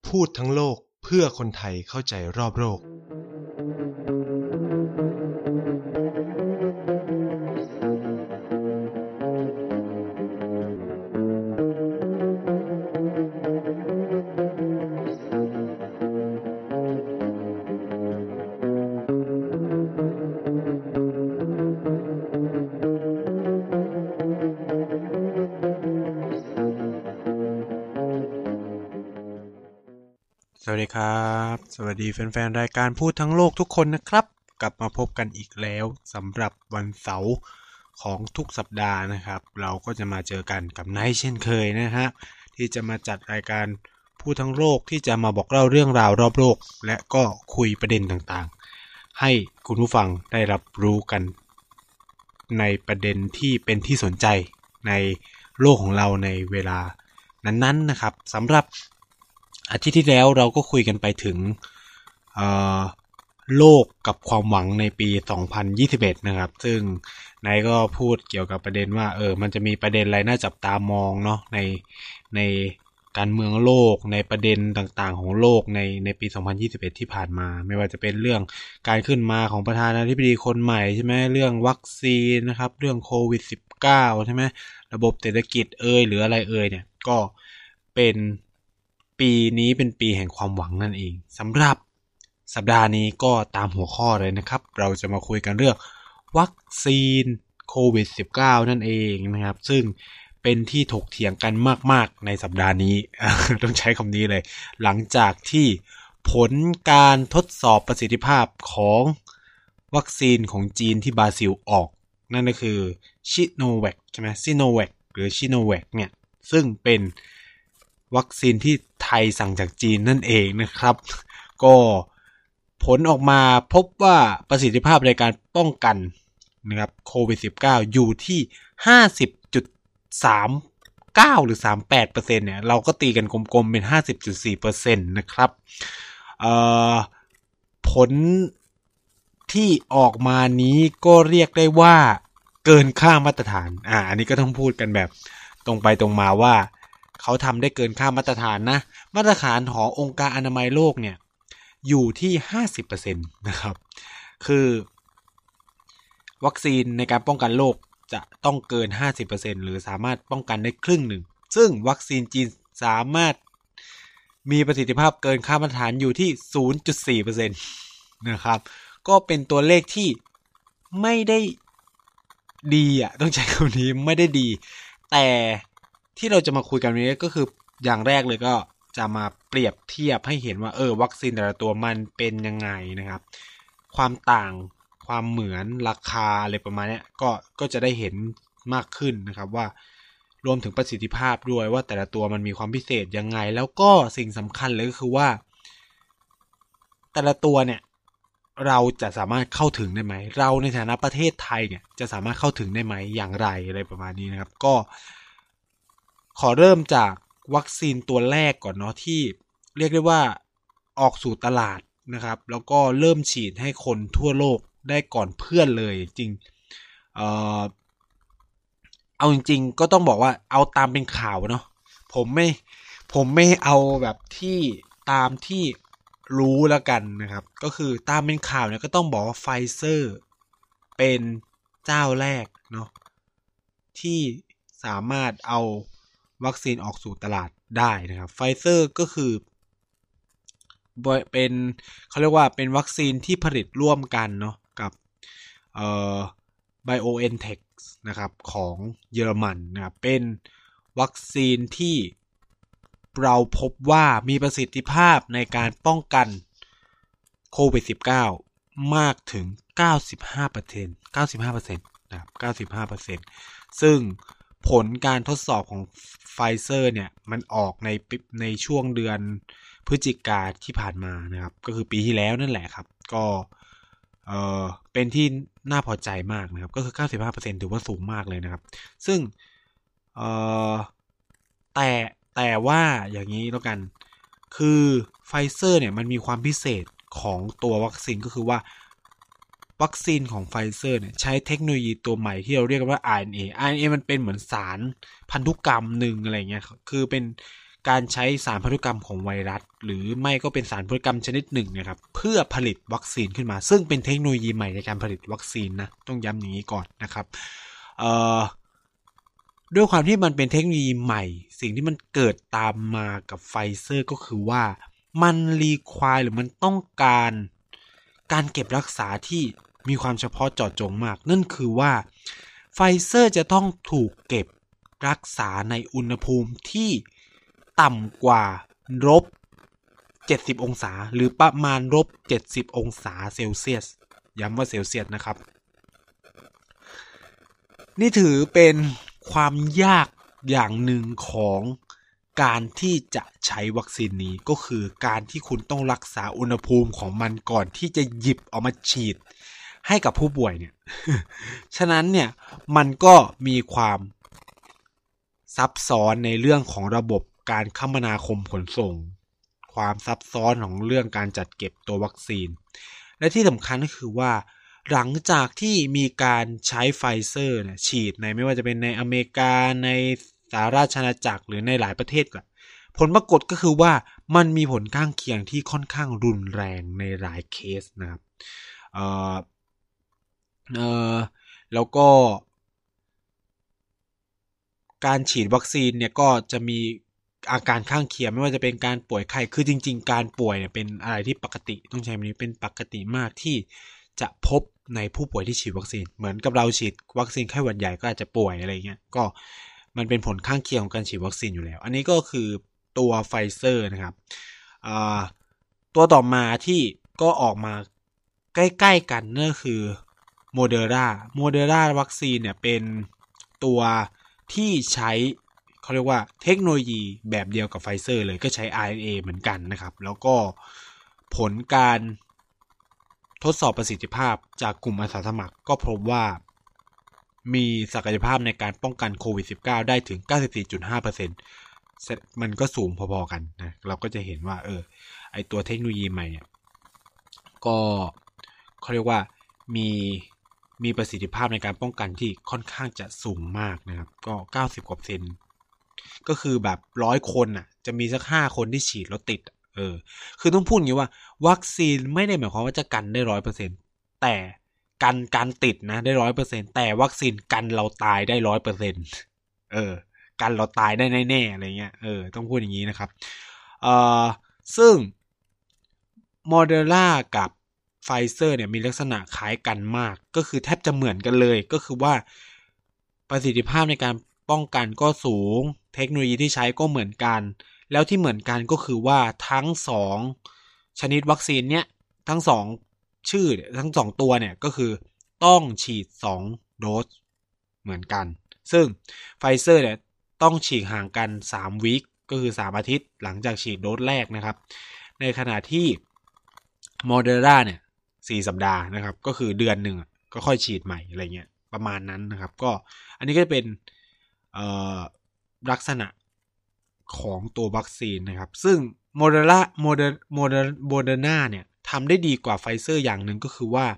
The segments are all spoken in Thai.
พูดทั้งโลกเพื่อคนไทยเข้าใจรอบโลกสวัสดีครับสวัสดีแฟนๆรายการพูดทั้งโลกทุกคนนะครับกลับมาพบกันอีกแล้วสำหรับวันเสาร์ของทุกสัปดาห์นะครับเราก็จะมาเจอกันกับไนท์เช่นเคยนะฮะที่จะมาจัดรายการพูดทั้งโลกที่จะมาบอกเล่าเรื่องราวรอบโลกและก็คุยประเด็นต่างๆให้คุณผู้ฟังได้รับรู้กันในประเด็นที่เป็นที่สนใจในโลกของเราในเวลานั้นๆนะครับสำหรับอาทิตย์ที่แล้วเราก็คุยกันไปถึงโลกกับความหวังในปี 2021 นะครับซึ่งนายก็พูดเกี่ยวกับประเด็นว่ามันจะมีประเด็นอะไรน่าจับตามองเนาะในการเมืองโลกในประเด็นต่างๆของโลกในปี 2021 ที่ผ่านมาไม่ว่าจะเป็นเรื่องการขึ้นมาของประธานาธิบดีคนใหม่ใช่ไหมเรื่องวัคซีนนะครับเรื่องโควิด -19 ใช่ไหมระบบเศรษฐกิจหรืออะไรเนี่ยก็เป็นปีนี้เป็นปีแห่งความหวังนั่นเองสำหรับสัปดาห์นี้ก็ตามหัวข้อเลยนะครับเราจะมาคุยกันเรื่องวัคซีนโควิด -19 นั่นเองนะครับซึ่งเป็นที่ถกเถียงกันมากๆในสัปดาห์นี้ ต้องใช้คำนี้เลยหลังจากที่ผลการทดสอบประสิทธิภาพของวัคซีนของจีนที่บราซิลออกนั่นก็คือชิโนแวคใช่ไหมซิโนแวคหรือชิโนแวคเนี่ยซึ่งเป็นวัคซีนที่ไทยสั่งจากจีนนั่นเองนะครับก็ผลออกมาพบว่าประสิทธิภาพในการป้องกันนะครับโควิด -19 อยู่ที่ 50.39 หรือ 38% เนี่ยเราก็ตีกันกลมๆเป็น 50.4% นะครับผลที่ออกมานี้ก็เรียกได้ว่าเกินค่ามาตรฐานอันนี้ก็ต้องพูดกันแบบตรงไปตรงมาว่าเขาทำได้เกินค่ามาตรฐานนะมาตรฐานขององค์การอนามัยโลกเนี่ยอยู่ที่ 50% นะครับคือวัคซีนในการป้องกันโรคจะต้องเกิน 50% หรือสามารถป้องกันได้ครึ่งหนึ่งซึ่งวัคซีนจีนสามารถมีประสิทธิภาพเกินค่ามาตรฐานอยู่ที่ 0.4% นะครับก็เป็นตัวเลขที่ไม่ได้ดีต้องใช้คำนี้ไม่ได้ดีแต่ที่เราจะมาคุยกันวันนี้ก็คืออย่างแรกเลยก็จะมาเปรียบเทียบให้เห็นว่าวัคซีนแต่ละตัวมันเป็นยังไงนะครับความต่างความเหมือนราคาอะไรประมาณนี้ก็จะได้เห็นมากขึ้นนะครับว่ารวมถึงประสิทธิภาพด้วยว่าแต่ละตัวมันมีความพิเศษยังไงแล้วก็สิ่งสำคัญเลยก็คือว่าแต่ละตัวเนี่ยเราจะสามารถเข้าถึงได้ไหมเราในฐานะประเทศไทยเนี่ยจะสามารถเข้าถึงได้ไหมอย่างไรอะไรประมาณนี้นะครับก็ขอเริ่มจากวัคซีนตัวแรกก่อนเนาะที่เรียกได้ว่าออกสู่ตลาดนะครับแล้วก็เริ่มฉีดให้คนทั่วโลกได้ก่อนเพื่อนเลยจริงเอาจริงๆก็ต้องบอกว่าเอาตามเป็นข่าวเนาะผมไม่เอาแบบที่ตามที่รู้แล้วกันนะครับก็คือตามเป็นข่าวเนี่ยก็ต้องบอกว่าไฟเซอร์เป็นเจ้าแรกเนาะที่สามารถเอาวัคซีนออกสู่ตลาดได้นะครับไฟเซอร์ก็คือเป็นเขาเรียกว่าเป็นวัคซีนที่ผลิตร่วมกันเนาะกับBioNTech นะครับของเยอรมันนะครับเป็นวัคซีนที่เราพบว่ามีประสิทธิภาพในการป้องกันโควิด -19 มากถึง 95% นะครับ 95% ซึ่งผลการทดสอบของไฟเซอร์เนี่ยมันออกในช่วงเดือนพฤศจิกายนที่ผ่านมานะครับก็คือปีที่แล้วนั่นแหละครับก็เป็นที่น่าพอใจมากนะครับก็คือ 95% ถือว่าสูงมากเลยนะครับซึ่งแต่ว่าอย่างนี้แล้วกันคือไฟเซอร์เนี่ยมันมีความพิเศษของตัววัคซีนก็คือว่าวัคซีนของไฟเซอร์เนี่ยใช้เทคโนโลยีตัวใหม่ที่เราเรียกว่า RNA มันเป็นเหมือนสารพันธุกรรมหนึ่งอะไรเงี้ยคือเป็นการใช้สารพันธุกรรมของไวรัสหรือไม่ก็เป็นสารพันธุกรรมชนิดหนึ่งนะครับเพื่อผลิตวัคซีนขึ้นมาซึ่งเป็นเทคโนโลยีใหม่ในการผลิตวัคซีนนะต้องย้ำอย่างนี้ก่อนนะครับด้วยความที่มันเป็นเทคโนโลยีใหม่สิ่งที่มันเกิดตามมากับไฟเซอร์ก็คือว่ามันรีควายหรือมันต้องการเก็บรักษาที่มีความเฉพาะเจาะจงมากนั่นคือว่าไฟเซอร์จะต้องถูกเก็บรักษาในอุณหภูมิที่ต่ำกว่า-70 องศาหรือประมาณ-70 องศาเซลเซียสย้ำว่าเซลเซียสนะครับนี่ถือเป็นความยากอย่างหนึ่งของการที่จะใช้วัคซีนนี้ก็คือการที่คุณต้องรักษาอุณหภูมิของมันก่อนที่จะหยิบเอามาฉีดให้กับผู้ป่วยเนี่ย ฉะนั้นเนี่ยมันก็มีความซับซ้อนในเรื่องของระบบการคมนาคมขนส่งความซับซ้อนของเรื่องการจัดเก็บตัววัคซีนและที่สำคัญก็คือว่าหลังจากที่มีการใช้ไฟเซอร์เนี่ยฉีดในไม่ว่าจะเป็นในอเมริกาในสหราชอาณาจักรหรือในหลายประเทศก็ผลปรากฏก็คือว่ามันมีผลข้างเคียงที่ค่อนข้างรุนแรงในหลายเคสนะครับแล้วก็การฉีดวัคซีนเนี่ยก็จะมีอาการข้างเคียงไม่ว่าจะเป็นการป่วยไข้คือจริงๆการป่วยเนี่ยเป็นอะไรที่ปกติต้องใช้คำนี้เป็นปกติมากที่จะพบในผู้ป่วยที่ฉีดวัคซีนเหมือนกับเราฉีดวัคซีนไข้หวัดใหญ่ก็อาจจะป่วยอะไรเงี้ยก็มันเป็นผลข้างเคียงของการฉีดวัคซีนอยู่แล้วอันนี้ก็คือตัวไฟเซอร์นะครับตัวต่อมาที่ก็ออกมาใกล้ๆกันนั่นคือโมเดอร์นาวัคซีนเนี่ยเป็นตัวที่ใช้เขาเรียกว่าเทคโนโลยีแบบเดียวกับไฟเซอร์เลยก็ใช้ RNA เหมือนกันนะครับแล้วก็ผลการทดสอบประสิทธิภาพจากกลุ่มอาสาสมัครก็พบว่ามีศักยภาพในการป้องกันโควิด -19 ได้ถึง 94.5% มันก็สูงพอๆกันนะเราก็จะเห็นว่าไอตัวเทคโนโลยีใหม่เนี่ยก็เขาเรียกว่ามีประสิทธิภาพในการป้องกันที่ค่อนข้างจะสูงมากนะครับก็90%ก็คือแบบ100คนน่ะจะมีสัก5คนที่ฉีดแล้วติดคือต้องพูดอย่างนี้ว่าวัคซีนไม่ได้หมายความว่าจะกันได้ 100% แต่การติดนะได้ 100% แต่วัคซีนกันเราตายได้ 100% กันเราตายได้แน่ๆอะไรเงี้ยต้องพูดอย่างนี้นะครับซึ่งโมเดอร์นากับไฟเซอร์เนี่ยมีลักษณะคล้ายกันมากก็คือแทบจะเหมือนกันเลยก็คือว่าประสิทธิภาพในการป้องกันก็สูงเทคโนโลยีที่ใช้ก็เหมือนกันแล้วที่เหมือนกันก็คือว่าทั้ง2ชนิดวัคซีนเนี้ยทั้ง2ชื่อทั้ง2ตัวเนี่ยก็คือต้องฉีด2โดสเหมือนกันซึ่งไฟเซอร์เนี่ยต้องฉีดห่างกัน3วีคก็คือ3อาทิตย์หลังจากฉีดโดสแรกนะครับในขณะที่โมเดอร์นาเนี่ย4 สัปดาห์นะครับก็คือเดือนหนึ่งก็ค่อยฉีดใหม่อะไรเงี้ยประมาณนั้นนะครับก็อันนี้ก็เป็นลักษณะของตัววัคซีนนะครับซึ่งโมเดอร์นาเนี่ยทำได้ดีกว่าไฟเซอร์อย่างหนึ่งก็คือว่า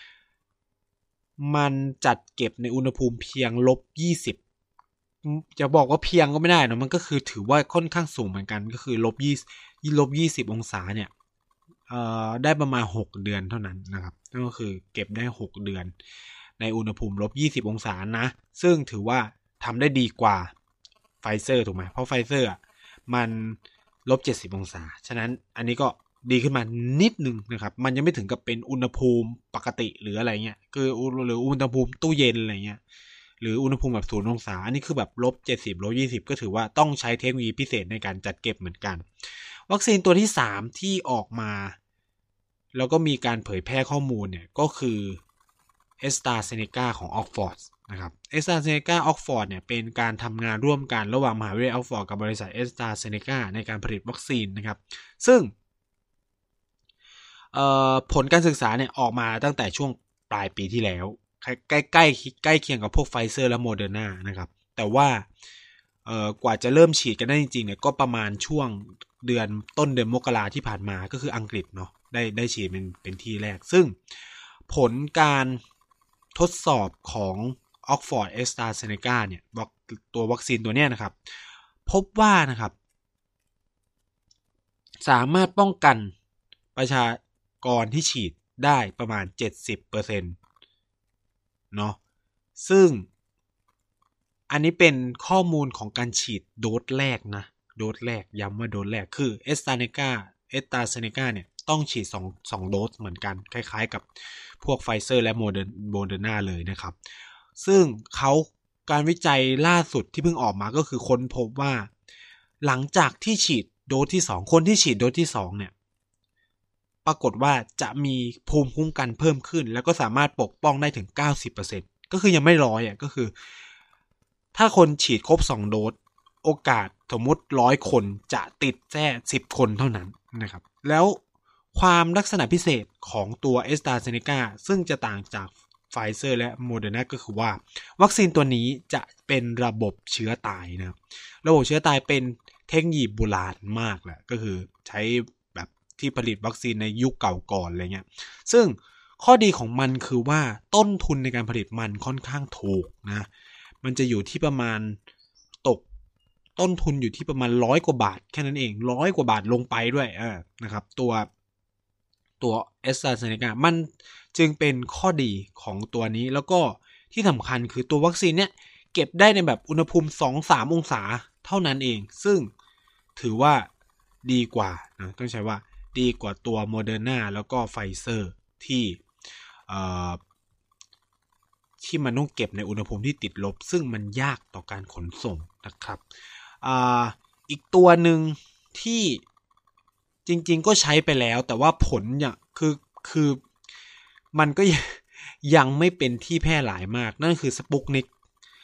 มันจัดเก็บในอุณหภูมิเพียง-20จะบอกว่าเพียงก็ไม่ได้นะมันก็คือถือว่าค่อนข้างสูงเหมือนกันก็คือ-20 องศาเนี่ยได้ประมาณ6เดือนเท่านั้นนะครับนั่นก็คือเก็บได้6เดือนในอุณหภูมิ-20 องศานะซึ่งถือว่าทำได้ดีกว่าไฟเซอร์ถูกไหมเพราะไฟเซอร์มัน-70 องศาฉะนั้นอันนี้ก็ดีขึ้นมานิดนึงนะครับมันยังไม่ถึงกับเป็นอุณหภูมิปกติหรืออะไรเงี้ยคือหรืออุณหภูมิตู้เย็นอะไรเงี้ยหรืออุณหภูมิแบบ0 องศาอันนี้คือแบบ-70 -20 ก็ถือว่าต้องใช้เทคโนโลยีพิเศษในการจัดเก็บเหมือนกันวัคซีนตัวที่3ที่ออกมาแล้วก็มีการเผยแพร่ข้อมูลเนี่ยก็คือAstraZeneca ของ Oxford นะครับ AstraZeneca Oxford เนี่ยเป็นการทำงานร่วมกันระหว่างมหาวิทยาลัย Oxford กับบริษัท AstraZeneca ในการผลิตวัคซีนนะครับซึ่งผลการศึกษาเนี่ยออกมาตั้งแต่ช่วงปลายปีที่แล้วใกล้เคียงกับพวกไฟเซอร์และโมเดอร์นานะครับแต่ว่ากว่าจะเริ่มฉีดกันได้จริงๆเนี่ยก็ประมาณช่วงต้นเดือนมกราที่ผ่านมาก็คืออังกฤษเนาะได้ฉีดเป็นที่แรกซึ่งผลการทดสอบของ Oxford AstraZeneca เนี่ยตัววัคซีนตัวเนี้ยนะครับพบว่านะครับสามารถป้องกันประชากรที่ฉีดได้ประมาณ 70% เนาะซึ่งอันนี้เป็นข้อมูลของการฉีดโดสแรกนะโดสแรกย้ำว่าโดสแรกคือแอสตราเซเนกาเนี่ยต้องฉีด2โดสเหมือนกันคล้ายๆกับพวกไฟเซอร์และโมเดอร์นาเลยนะครับซึ่งการวิจัยล่าสุดที่เพิ่งออกมาก็คือค้นพบว่าหลังจากที่ฉีดโดสที่2คนที่ฉีดโดสที่2เนี่ยปรากฏว่าจะมีภูมิคุ้มกันเพิ่มขึ้นแล้วก็สามารถปกป้องได้ถึง 90% ก็คือยังไม่100ก็คือถ้าคนฉีดครบ2โดสโอกาสสมมุติ100คนจะติดแค่10คนเท่านั้นนะครับแล้วความลักษณะพิเศษของตัวแอสตราเซเนกาซึ่งจะต่างจากไฟเซอร์และโมเดอร์นาก็คือว่าวัคซีนตัวนี้จะเป็นระบบเชื้อตายนะครับระบบเชื้อตายเป็นเทคโนโลยีโบราณมากแหละก็คือใช้แบบที่ผลิตวัคซีนในยุคเก่าก่อนอะไรเงี้ยซึ่งข้อดีของมันคือว่าต้นทุนในการผลิตมันค่อนข้างถูกนะมันจะอยู่ที่ประมาณต้นทุนอยู่ที่ประมาณ100 กว่าบาทแค่นั้นเอง100 กว่าบาทลงไปด้วยนะครับตัวแอสตราเซเนกามันจึงเป็นข้อดีของตัวนี้แล้วก็ที่สำคัญคือตัววัคซีนเนี่ยเก็บได้ในแบบอุณหภูมิ 2-3 องศาเท่านั้นเองซึ่งถือว่าดีกว่านะต้องใช้ว่าดีกว่าตัวโมเดอร์นาแล้วก็ไฟเซอร์ที่มันต้องเก็บในอุณหภูมิที่ติดลบซึ่งมันยากต่อการขนส่งนะครับอีกตัวหนึ่งที่จริงๆก็ใช้ไปแล้วแต่ว่าผลเนี่ยคือมันก็ยังไม่เป็นที่แพร่หลายมากนั่นคือสปุกนิก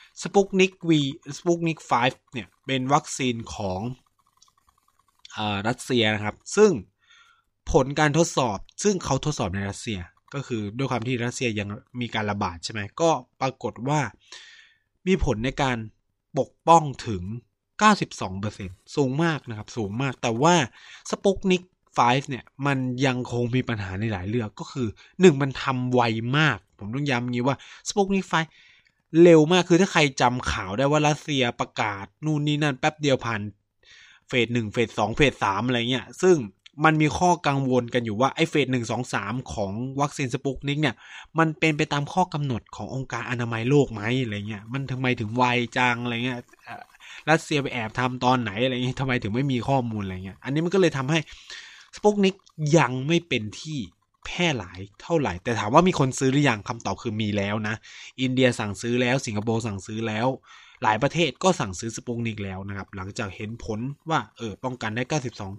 5เนี่ยเป็นวัคซีนของรัสเซียนะครับซึ่งผลการทดสอบซึ่งเขาทดสอบในรัสเซียก็คือด้วยความที่รัสเซียยังมีการระบาดใช่ไหมก็ปรากฏว่ามีผลในการปกป้องถึง 92% สูงมากนะครับสูงมากแต่ว่าสปุกนิก5เนี่ยมันยังคงมีปัญหาในหลายเรื่องก็คือ1มันทำไวมากผมต้องย้ำงี้ว่าสปุกนิก5เร็วมากคือถ้าใครจำข่าวได้ว่ารัสเซียประกาศนู่นนี่นั่นแป๊บเดียวผ่านเฟส1เฟส2เฟส3อะไรเงี้ยซึ่งมันมีข้อกังวลกันอยู่ว่าไอ้เฟส1 2 3ของวัคซีนสปุกนิกเนี่ยมันเป็นไปตามข้อกำหนดขององค์การอนามัยโลกไหมอะไรเงี้ยมันทำไมถึงไวจังอะไรเงี้ยรัสเซียไปแอบทำตอนไหนอะไรเงี้ยทำไมถึงไม่มีข้อมูลอะไรเงี้ยอันนี้มันก็เลยทำให้สปุกนิกยังไม่เป็นที่แพร่หลายเท่าไหร่แต่ถามว่ามีคนซื้อหรือยังคำตอบคือมีแล้วนะอินเดียสั่งซื้อแล้วสิงคโปร์สั่งซื้อแล้วหลายประเทศก็สั่งซื้อสปุกนิกแล้วนะครับหลังจากเห็นผลว่าป้องกันได้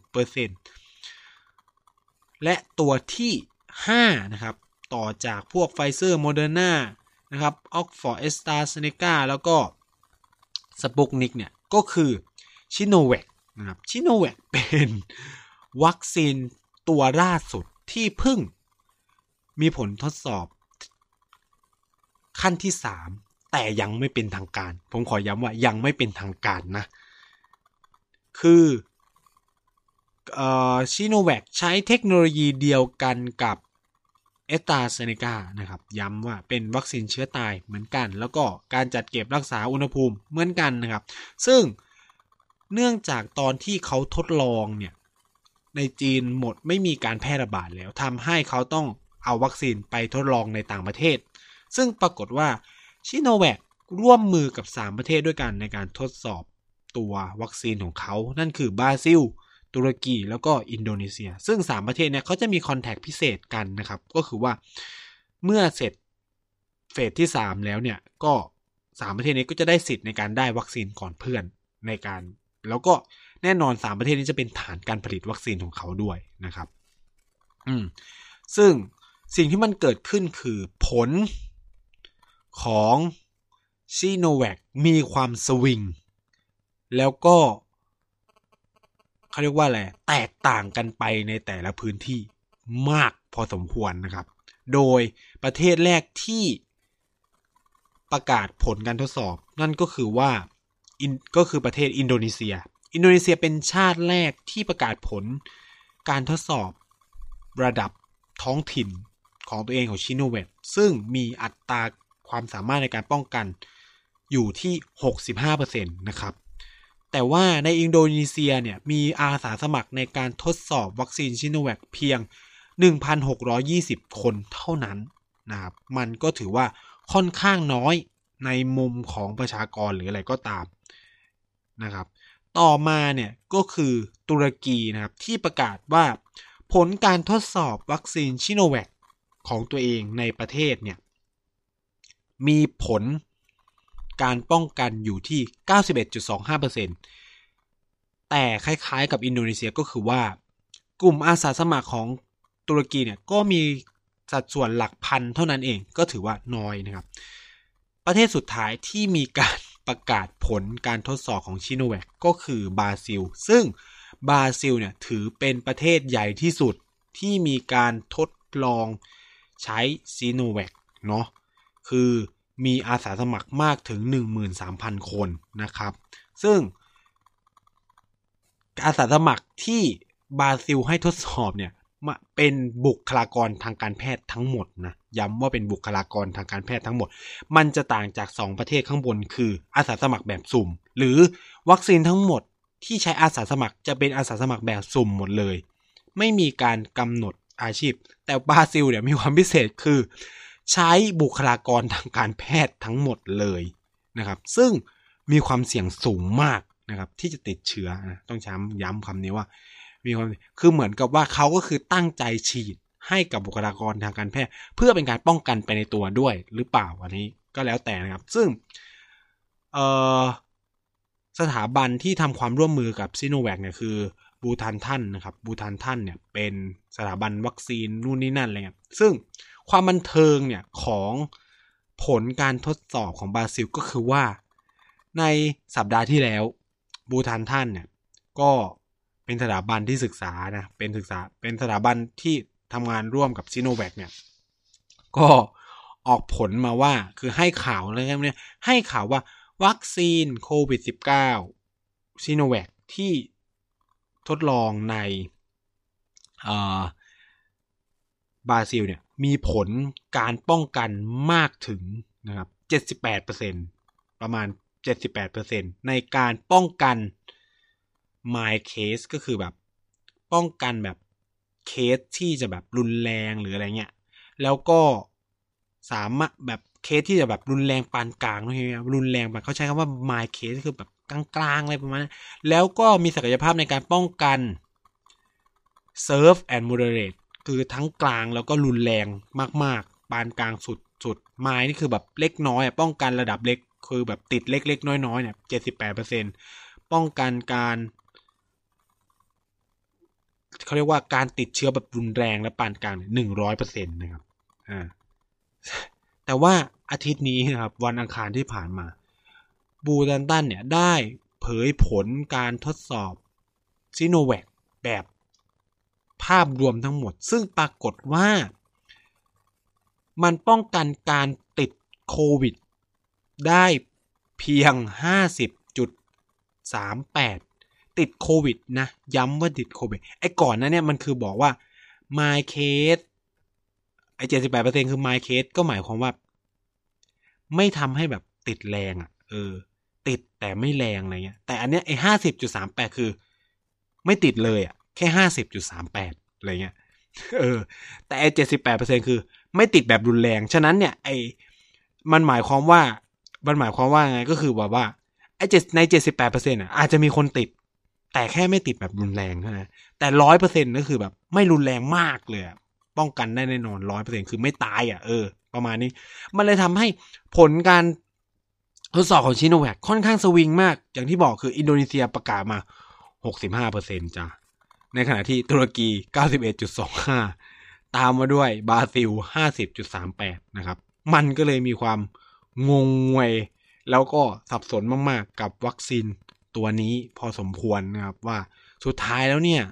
92% และตัวที่5นะครับต่อจากพวกไฟเซอร์โมเดอร์นานะครับออกฟอร์ดแอสตราเซเนกาแล้วก็สปุกนิกเนี่ยก็คือชิโนแวคนะครับชิโนแวคเป็นวัคซีนตัวล่าสุดที่เพิ่งมีผลทดสอบขั้นที่3แต่ยังไม่เป็นทางการผมขอย้ำว่ายังไม่เป็นทางการนะคือชิโนแวคใช้เทคโนโลยีเดียวกันกับแอสตราเซเนกานะครับย้ำว่าเป็นวัคซีนเชื้อตายเหมือนกันแล้วก็การจัดเก็บรักษาอุณหภูมิเหมือนกันนะครับซึ่งเนื่องจากตอนที่เขาทดลองเนี่ยในจีนหมดไม่มีการแพร่ระบาดแล้วทำให้เขาต้องเอาวัคซีนไปทดลองในต่างประเทศซึ่งปรากฏว่าชิโนแวคร่วมมือกับ3ประเทศด้วยกันในการทดสอบตัววัคซีนของเขานั่นคือบราซิลตุรกีแล้วก็อินโดนีเซียซึ่ง3ประเทศเนี่ยเขาจะมีคอนแทคพิเศษกันนะครับก็คือว่าเมื่อเสร็จเฟสที่3แล้วเนี่ยก็3ประเทศนี้ก็จะได้สิทธิ์ในการได้วัคซีนก่อนเพื่อนในการแล้วก็แน่นอน3ประเทศนี้จะเป็นฐานการผลิตวัคซีนของเขาด้วยนะครับซึ่งสิ่งที่มันเกิดขึ้นคือผลของซิโนแวคมีความสวิงแล้วก็เขาเรียกว่าอะไรแตกต่างกันไปในแต่ละพื้นที่มากพอสมควรนะครับโดยประเทศแรกที่ประกาศผลการทดสอบนั่นก็คือว่าก็คือประเทศอินโดนีเซียเป็นชาติแรกที่ประกาศผลการทดสอบระดับท้องถิ่นของตัวเองของชิโนแวคซึ่งมีอัตราความสามารถในการป้องกันอยู่ที่ 65% นะครับแต่ว่าในอินโดนีเซียเนี่ยมีอาสาสมัครในการทดสอบวัคซีนชิโนแวคเพียง 1,620 คนเท่านั้นนะครับมันก็ถือว่าค่อนข้างน้อยในมุมของประชากรหรืออะไรก็ตามนะครับต่อมาเนี่ยก็คือตุรกีนะครับที่ประกาศว่าผลการทดสอบวัคซีนชิโนแวคของตัวเองในประเทศเนี่ยมีผลการป้องกันอยู่ที่ 91.25% แต่คล้ายๆกับอินโดนีเซียก็คือว่ากลุ่มอาสาสมัครของตุรกีเนี่ยก็มีสัดส่วนหลักพันเท่านั้นเองก็ถือว่าน้อยนะครับประเทศสุดท้ายที่มีการประกาศผลการทดสอบของชิโนแวคก็คือบราซิลซึ่งบราซิลเนี่ยถือเป็นประเทศใหญ่ที่สุดที่มีการทดลองใช้ชิโนแวคเนาะคือมีอาสาสมัครมากถึง 13,000 คนนะครับซึ่งอาสาสมัครที่บราซิลให้ทดสอบเนี่ยเป็นบุคลากรทางการแพทย์ทั้งหมดนะย้ำว่าเป็นบุคลากรทางการแพทย์ทั้งหมดมันจะต่างจาก2ประเทศข้างบนคืออาสาสมัครแบบสุ่มหรือวัคซีนทั้งหมดที่ใช้อาสาสมัครจะเป็นอาสาสมัครแบบสุ่มหมดเลยไม่มีการกำหนดอาชีพแต่บราซิลเนี่ยมีความพิเศษคือใช้บุคลากรทางการแพทย์ทั้งหมดเลยนะครับซึ่งมีความเสี่ยงสูงมากนะครับที่จะติดเชื้อนะต้องย้ำคำนี้ว่ามีความคือเหมือนกับว่าเขาก็คือตั้งใจฉีดให้กับบุคลากรทางการแพทย์เพื่อเป็นการป้องกันไปในตัวด้วยหรือเปล่าอันนี้ก็แล้วแต่นะครับซึ่งสถาบันที่ทำความร่วมมือกับซิโนแวคเนี่ยคือบูทันทันนะครับบูทันทันเนี่ยเป็นสถาบันวัคซีนนู่นนี่นั่นอะไรเงี้ยซึ่งความบันเทิงเนี่ยของผลการทดสอบของบราซิลก็คือว่าในสัปดาห์ที่แล้วบูทันทันเนี่ยก็เป็นสถาบันที่ศึกษานะเป็นสถาบันที่ทำงานร่วมกับซิโนแวคเนี่ยก็ออกผลมาว่าคือให้ข่าวอะไรเนี่ยให้ข่าวว่าวัคซีนโควิด -19 ซิโนแวคที่ทดลองในบราซิลเนี่ยมีผลการป้องกันมากถึงนะครับ 78% ประมาณ 78% ในการป้องกัน mild case ก็คือแบบป้องกันแบบเคสที่จะแบบรุนแรงหรืออะไรเงี้ยแล้วก็สามารถแบบเคสที่จะแบบรุนแรงปานกลางนะรุนแรงแบบเขาใช้คำว่า mild case คือแบบกลางๆอะไรประมาณนั้นแล้วก็มีศักยภาพในการป้องกัน severe and moderate คือทั้งกลางแล้วก็รุนแรงมากๆปานกลางสุดmildนี่คือแบบเล็กน้อยป้องกันระดับเล็กคือแบบติดเล็กๆน้อยๆเนี่ย 78% ป้องกันการเขาเรียกว่าการติดเชื้อแบบรุนแรงและปานกลาง 100% นะครับแต่ว่าอาทิตย์นี้นะครับวันอังคารที่ผ่านมาบูทันตันเนี่ยได้เผยผลการทดสอบซิโนแวคแบบภาพรวมทั้งหมดซึ่งปรากฏว่ามันป้องกันการติดโควิดได้เพียง 50.38 ติดโควิดนะย้ำว่าติดโควิดไอ้ก่อนนั้นเนี่ยมันคือบอกว่า mild case ไอ้ 78% คือ mild case ก็หมายความว่าไม่ทำให้แบบติดแรงอ่ะติดแต่ไม่แรงอะไรเงี้ยแต่อันเนี้ยไอ้ 50.38 คือไม่ติดเลยอ่ะแค่ 50.38 อะไรเงี้ยแต่ไอ้ 78% คือไม่ติดแบบรุนแรงฉะนั้นเนี่ยมันหมายความว่าไงก็คือว่าไอ้ใน 78% อ่ะอาจจะมีคนติดแต่แค่ไม่ติดแบบรุนแรงนะแต่ 100% ก็คือแบบไม่รุนแรงมากเลยป้องกันได้แน่นอน 100% คือไม่ตายอ่ะประมาณนี้มันเลยทำให้ผลการทดสอบของชิโนแวคค่อนข้างสวิงมากอย่างที่บอกคืออินโดนีเซียประกาศมา 65% จ้ะในขณะที่ตุรกี 91.25 ตามมาด้วยบราซิล 50.38 นะครับมันก็เลยมีความงงงวยแล้วก็สับสนมากๆกับวัคซีนตัวนี้พอสมควรนะครับว่าสุดท้ายแล้วเนี่ย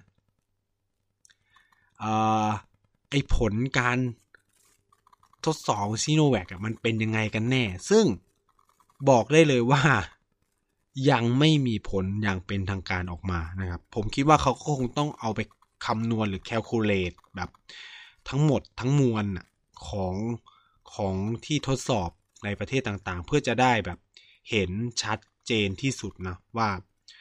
ไอ้ผลการทดสอบซิโนแวคมันเป็นยังไงกันแน่ซึ่งบอกได้เลยว่ายังไม่มีผลอย่างเป็นทางการออกมานะครับผมคิดว่าเขาคงต้องเอาไปคำนวณหรือ calculate แบบทั้งหมดทั้งมวลของที่ทดสอบในประเทศต่างๆเพื่อจะได้แบบเห็นชัดเจนที่สุดนะว่า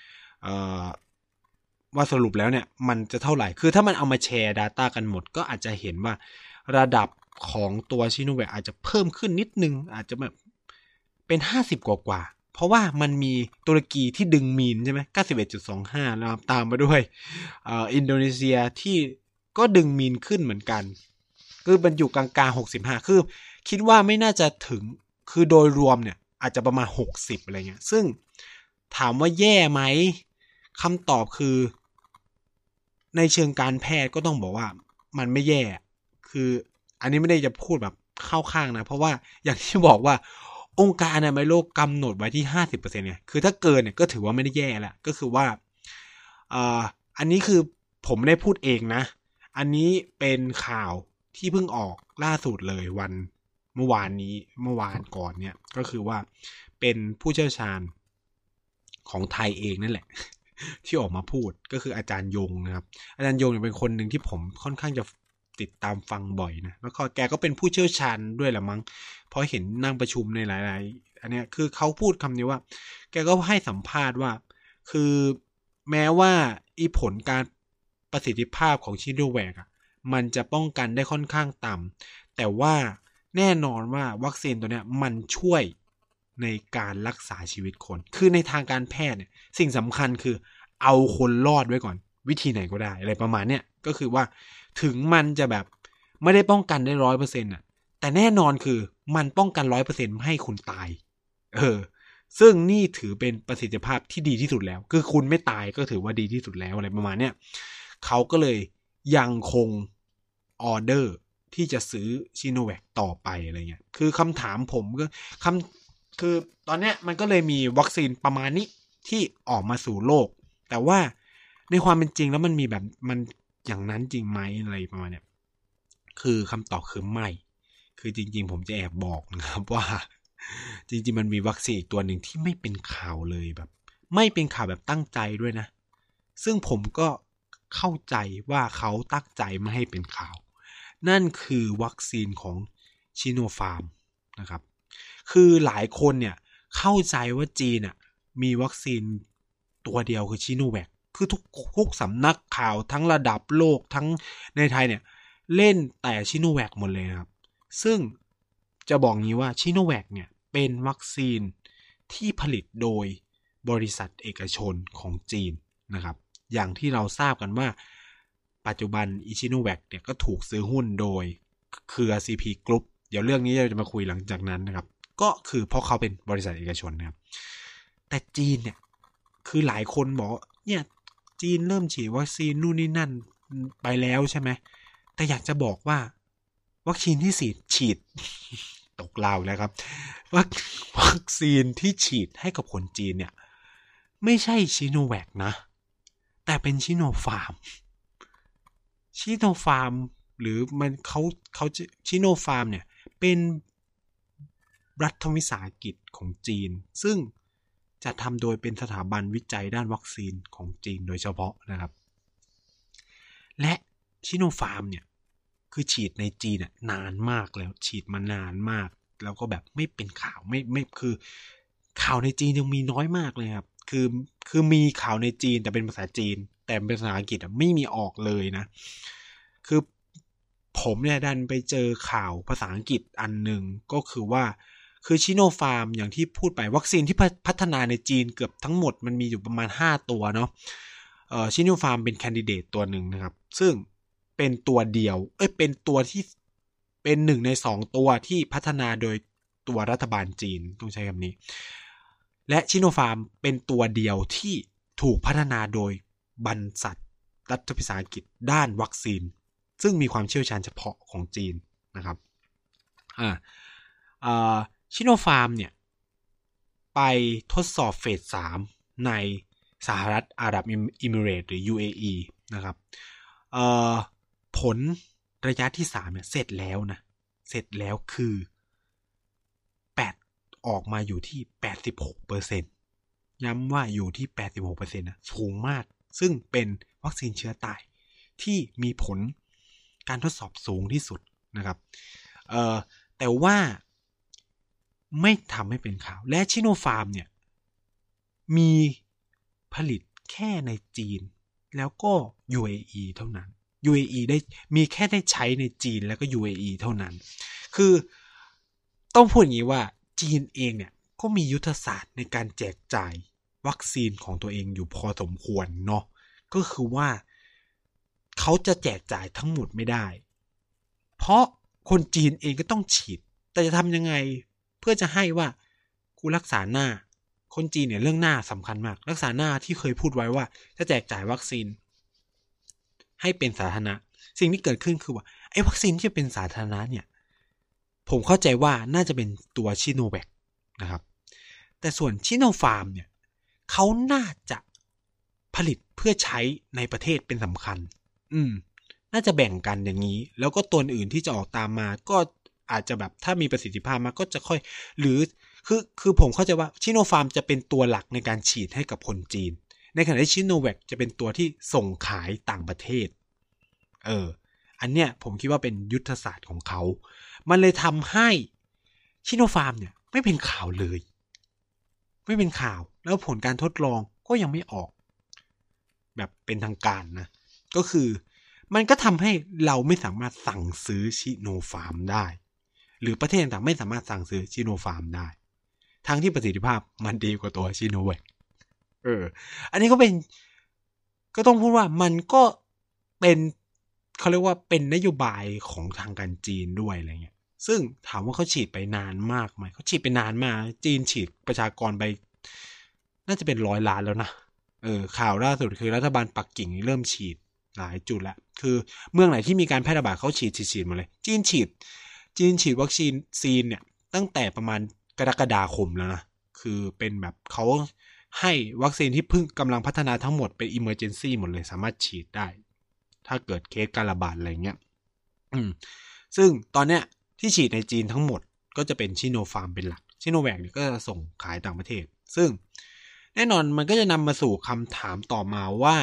ว่าสรุปแล้วเนี่ยมันจะเท่าไหร่คือถ้ามันเอามาแชร์ Data กันหมดก็อาจจะเห็นว่าระดับของตัวชิโนแวคอาจจะเพิ่มขึ้นนิดนึงอาจจะแบบเป็น50กว่าเพราะว่ามันมีตุรกีที่ดึงมีนใช่ไหม 91.25 แล้วตามมาด้วยอินโดนีเซียที่ก็ดึงมีนขึ้นเหมือนกันคือมันอยู่กลางๆ65คือคิดว่าไม่น่าจะถึงคือโดยรวมเนี่ยอาจจะประมาณ60อะไรเงี้ยซึ่งถามว่าแย่ไหมคำตอบคือในเชิงการแพทย์ก็ต้องบอกว่ามันไม่แย่คืออันนี้ไม่ได้จะพูดแบบเข้าข้างนะเพราะว่าอย่างที่บอกว่าองค์การอนามัยโลกกำหนดไว้ที่ 50% เนี่ยคือถ้าเกินเนี่ยก็ถือว่าไม่ได้แย่แล้วก็คือว่าอันนี้คือผมไม่ได้พูดเองนะอันนี้เป็นข่าวที่เพิ่งออกล่าสุดเลยวันเมื่อวานก่อนเนี่ยก็คือว่าเป็นผู้เชี่ยวชาญของไทยเองนั่นแหละที่ออกมาพูดก็คืออาจารย์ยงนะครับอาจารย์ยงเนี่ยเป็นคนหนึ่งที่ผมค่อนข้างจะติดตามฟังบ่อยนะแล้วก็แกก็เป็นผู้เชี่ยวชาญด้วยแหละมั้งเพราะเห็นนั่งประชุมในหลายๆอันเนี้ยคือเขาพูดคำนี้ว่าแกก็ให้สัมภาษณ์ว่าคือแม้ว่าผลการประสิทธิภาพของชิโนแวคมันจะป้องกันได้ค่อนข้างต่ำแต่ว่าแน่นอนว่าวัคซีนตัวเนี้ยมันช่วยในการรักษาชีวิตคนคือในทางการแพทย์เนี่ยสิ่งสำคัญคือเอาคนรอดไว้ก่อนวิธีไหนก็ได้อะไรประมาณเนี้ยก็คือว่าถึงมันจะแบบไม่ได้ป้องกันได้ 100% อ่ะแต่แน่นอนคือมันป้องกัน 100% ไม่ให้คุณตายซึ่งนี่ถือเป็นประสิทธิภาพที่ดีที่สุดแล้วคือคุณไม่ตายก็ถือว่าดีที่สุดแล้วอะไรประมาณเนี้ยเขาก็เลยยังคงออเดอร์ที่จะซื้อชิโนแวคต่อไปอะไรเงี้ยคือคำถามผมก็คือตอนเนี้ยมันก็เลยมีวัคซีนประมาณนี้ที่ออกมาสู่โลกแต่ว่าในความเป็นจริงแล้วมันมีแบบมันอย่างนั้นจริงไหมอะไรประมาณเนี้ยคือคำตอบคือไม่คือจริงๆผมจะแอบบอกนะครับว่าจริงๆมันมีวัคซีนอีกตัวหนึ่งที่ไม่เป็นข่าวเลยแบบไม่เป็นข่าวแบบตั้งใจด้วยนะซึ่งผมก็เข้าใจว่าเขาตั้งใจไม่ให้เป็นข่าวนั่นคือวัคซีนของชิโนฟาร์มนะครับคือหลายคนเนี่ยเข้าใจว่าจีนมีวัคซีนตัวเดียวคือชิโนแวคคือทุกสำนักข่าวทั้งระดับโลกทั้งในไทยเนี่ยเล่นแต่ชิโนแวคหมดเลยครับซึ่งจะบอกงี้ว่าชิโนแวคเนี่ยเป็นวัคซีนที่ผลิตโดยบริษัทเอกชนของจีนนะครับอย่างที่เราทราบกันว่าปัจจุบันชิโนแวคเนี่ยก็ถูกซื้อหุ้นโดยเครือ CP Group เดี๋ยวเรื่องนี้เราจะมาคุยหลังจากนั้นนะครับก็คือเพราะเขาเป็นบริษัทเอกชนนะครับแต่จีนเนี่ยคือหลายคนบอกเนี่ยจีนเริ่มฉีดวัคซีนนู่นนี่นั่นไปแล้วใช่ไหมแต่อยากจะบอกว่าวัคซีนที่ฉีดตกลาวแล้วครับวัคซีนที่ฉีดให้กับคนจีนเนี่ยไม่ใช่ชิโนแวคนะแต่เป็นชิโนฟาร์มหรือมันเขาชิโนฟาร์มเนี่ยเป็นรัฐวิสาหกิจของจีนซึ่งจะทำโดยเป็นสถาบันวิจัยด้านวัคซีนของจีนโดยเฉพาะนะครับและชิโนฟาร์มเนี่ยคือฉีดในจีนนานมากแล้วฉีดมานานมากแล้วก็แบบไม่เป็นข่าวไม่คือข่าวในจีนยังมีน้อยมากเลยครับคือมีข่าวในจีนแต่เป็นภาษาจีนแต่เป็นภาษาอังกฤษไม่มีออกเลยนะคือผมเนี่ยดันไปเจอข่าวภาษาอังกฤษอันหนึ่งก็คือว่าคือชิโนฟาร์มอย่างที่พูดไปวัคซีนที่พัฒนาในจีนเกือบทั้งหมดมันมีอยู่ประมาณ5ตัวเนาะชิโนฟาร์มเป็นแคนดิเดตตัวหนึ่งนะครับซึ่งเป็นตัวเดียวเป็นตัวที่เป็น1ใน2ตัวที่พัฒนาโดยตัวรัฐบาลจีนต้องใช้คำนี้และชิโนฟาร์มเป็นตัวเดียวที่ถูกพัฒนาโดยบรรษัทรัฐวิสาหกิจด้านวัคซีนซึ่งมีความเชี่ยวชาญเฉพาะของจีนนะครับชิโนฟาร์มเนี่ยไปทดสอบเฟส 3ในสหรัฐอาหรับอิมิเรตส์หรือ UAE นะครับผลระยะที่3เนี่ยเสร็จแล้วคือ8ออกมาอยู่ที่ 86% ย้ำว่าอยู่ที่ 86% นะสูงมากซึ่งเป็นวัคซีนเชื้อตายที่มีผลการทดสอบสูงที่สุดนะครับแต่ว่าไม่ทำให้เป็นข่าวและชิโนฟาร์มเนี่ยมีผลิตแค่ในจีนแล้วก็ UAE เท่านั้น UAE ได้มีแค่ได้ใช้ในจีนแล้วก็ UAE เท่านั้นคือต้องพูดอย่างนี้ว่าจีนเองเนี่ยก็มียุทธศาสตร์ในการแจกจ่ายวัคซีนของตัวเองอยู่พอสมควรเนาะก็คือว่าเขาจะแจกจ่ายทั้งหมดไม่ได้เพราะคนจีนเองก็ต้องฉีดแต่จะทำยังไงเพื่อจะให้ว่ากูรักษาหน้าคนจีนเนี่ยเรื่องหน้าสำคัญมากรักษาหน้าที่เคยพูดไว้ว่าจะแจกจ่ายวัคซีนให้เป็นสาธารณะสิ่งที่เกิดขึ้นคือว่าไอ้วัคซีนที่เป็นสาธารณะเนี่ยผมเข้าใจว่าน่าจะเป็นตัวชิโนแวคนะครับแต่ส่วนชิโนฟาร์มเนี่ยเขาน่าจะผลิตเพื่อใช้ในประเทศเป็นสำคัญน่าจะแบ่งกันอย่างนี้แล้วก็ตัวอื่นที่จะออกตามมาก็อาจจะแบบถ้ามีประสิทธิภาพมากก็จะค่อยหรือคือผมเข้าใจว่าชิโนฟาร์มจะเป็นตัวหลักในการฉีดให้กับคนจีนในขณะที่ชิโนแวคจะเป็นตัวที่ส่งขายต่างประเทศอันเนี้ยผมคิดว่าเป็นยุทธศาสตร์ของเขามันเลยทำให้ชิโนฟาร์มเนี่ยไม่เป็นข่าวเลยไม่เป็นข่าวแล้วผลการทดลองก็ยังไม่ออกแบบเป็นทางการนะก็คือมันก็ทำให้เราไม่สามารถสั่งซื้อชิโนฟาร์มได้หรือประเทศต่างๆไม่สามารถสั่งซื้อชิโนฟาร์มได้ทั้งที่ประสิทธิภาพมันดีกว่าตัวชิโนแวคอันนี้ก็เป็นก็ต้องพูดว่ามันก็เป็นเขาเรียกว่าเป็นนโยบายของทางการจีนด้วยอะไรเงี้ยซึ่งถามว่าเขาฉีดไปนานมากไหมเขาฉีดไปนานมากจีนฉีดประชากรไปน่าจะเป็น100 ล้านแล้วนะข่าวล่าสุดคือรัฐบาลปักกิ่งเริ่มฉีดหลายจุดแล้วคือเมืองไหนที่มีการแพร่ระบาดเขาฉีดหมดเลยจีนฉีดวัคซีนเนี่ยตั้งแต่ประมาณกรกฎาคมแล้วนะคือเป็นแบบเขาให้วัคซีนที่เพิ่งกำลังพัฒนาทั้งหมดเป็น emergency หมดเลยสามารถฉีดได้ถ้าเกิดเคสการระบาดอะไรเงี้ยซึ่งตอนเนี้ยที่ฉีดในจีนทั้งหมดก็จะเป็นชิโนฟาร์มเป็นหลักชิโนแวคเนี่ยก็จะส่งขายต่างประเทศซึ่งแน่นอนมันก็จะนำมาสู่คำถามต่อมาว่า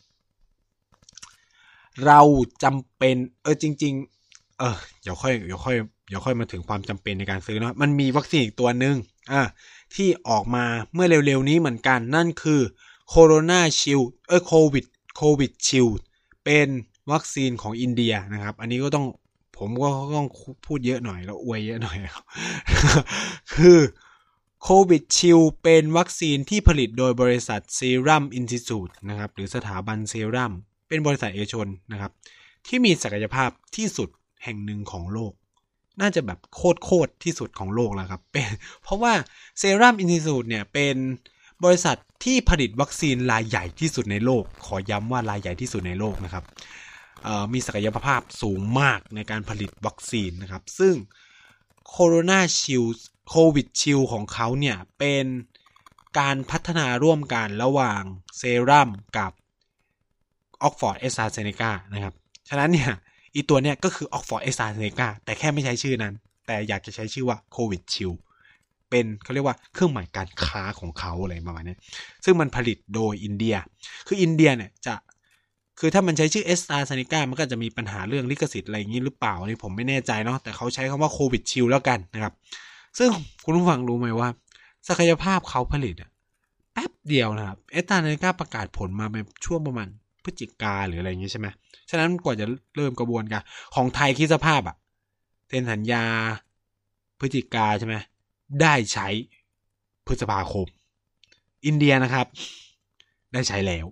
เราจำเป็นจริงๆเดี๋ยวค่อยมาถึงความจำเป็นในการซื้อเนาะมันมีวัคซีนอีกตัวนึงที่ออกมาเมื่อเร็วๆนี้เหมือนกันนั่นคือโคโรนาชิลโควิดชิลเป็นวัคซีนของอินเดียนะครับอันนี้ก็ต้องผมก็ต้องพูดเยอะหน่อยแล้วอวยเยอะหน่อยครับคือโควิดชิลเป็นวัคซีนที่ผลิตโดยบริษัท Serum Institute นะครับหรือสถาบันเซรั่มเป็นบริษัทเอกชนนะครับที่มีศักยภาพที่สุดแห่งหนึ่งของโลกน่าจะแบบโคตรที่สุดของโลกแล้วครับเป็นเพราะว่า Serum Institute เนี่ยเป็นบริษัทที่ผลิตวัคซีนรายใหญ่ที่สุดในโลกขอย้ำว่ารายใหญ่ที่สุดในโลกนะครับมีศักยภาพสูงมากในการผลิตวัคซีนนะครับซึ่งโควิดชิลของเขาเนี่ยเป็นการพัฒนาร่วมกันระหว่างเซรั่มกับออกฟอร์ดแอสตราเซเนกานะครับฉะนั้นเนี่ยอีตัวเนี่ยก็คือออกฟอร์ดแอสตราเซเนกาแต่แค่ไม่ใช้ชื่อนั้นแต่อยากจะใช้ชื่อว่าโควิดชิลเป็นเขาเรียกว่าเครื่องหมายการค้าของเขาอะไรประมาณนี้ซึ่งมันผลิตโดยอินเดียคืออินเดียเนี่ยจะคือถ้ามันใช้ชื่อ AstraZeneca มันก็จะมีปัญหาเรื่องลิขสิทธิ์อะไรอย่างนี้หรือเปล่านี่ผมไม่แน่ใจเนาะแต่เขาใช้คำว่าโควิดชิลแล้วกันนะครับซึ่งคุณผู้ฟังรู้ไหมว่าศักยภาพเขาผลิตแป๊บเดียวนะครับ AstraZeneca ประกาศผลมาเป็นช่วงประมาณพฤศจิกาหรืออะไรอย่างนี้ใช่ไหมฉะนั้นกว่าจะเริ่มกระบวนการของไทยคิดสภาพเซ็นสัญญาพฤศจิกาใช่ไหมได้ใช้พฤษภาคมอินเดียนะครับได้ใช้แล้ว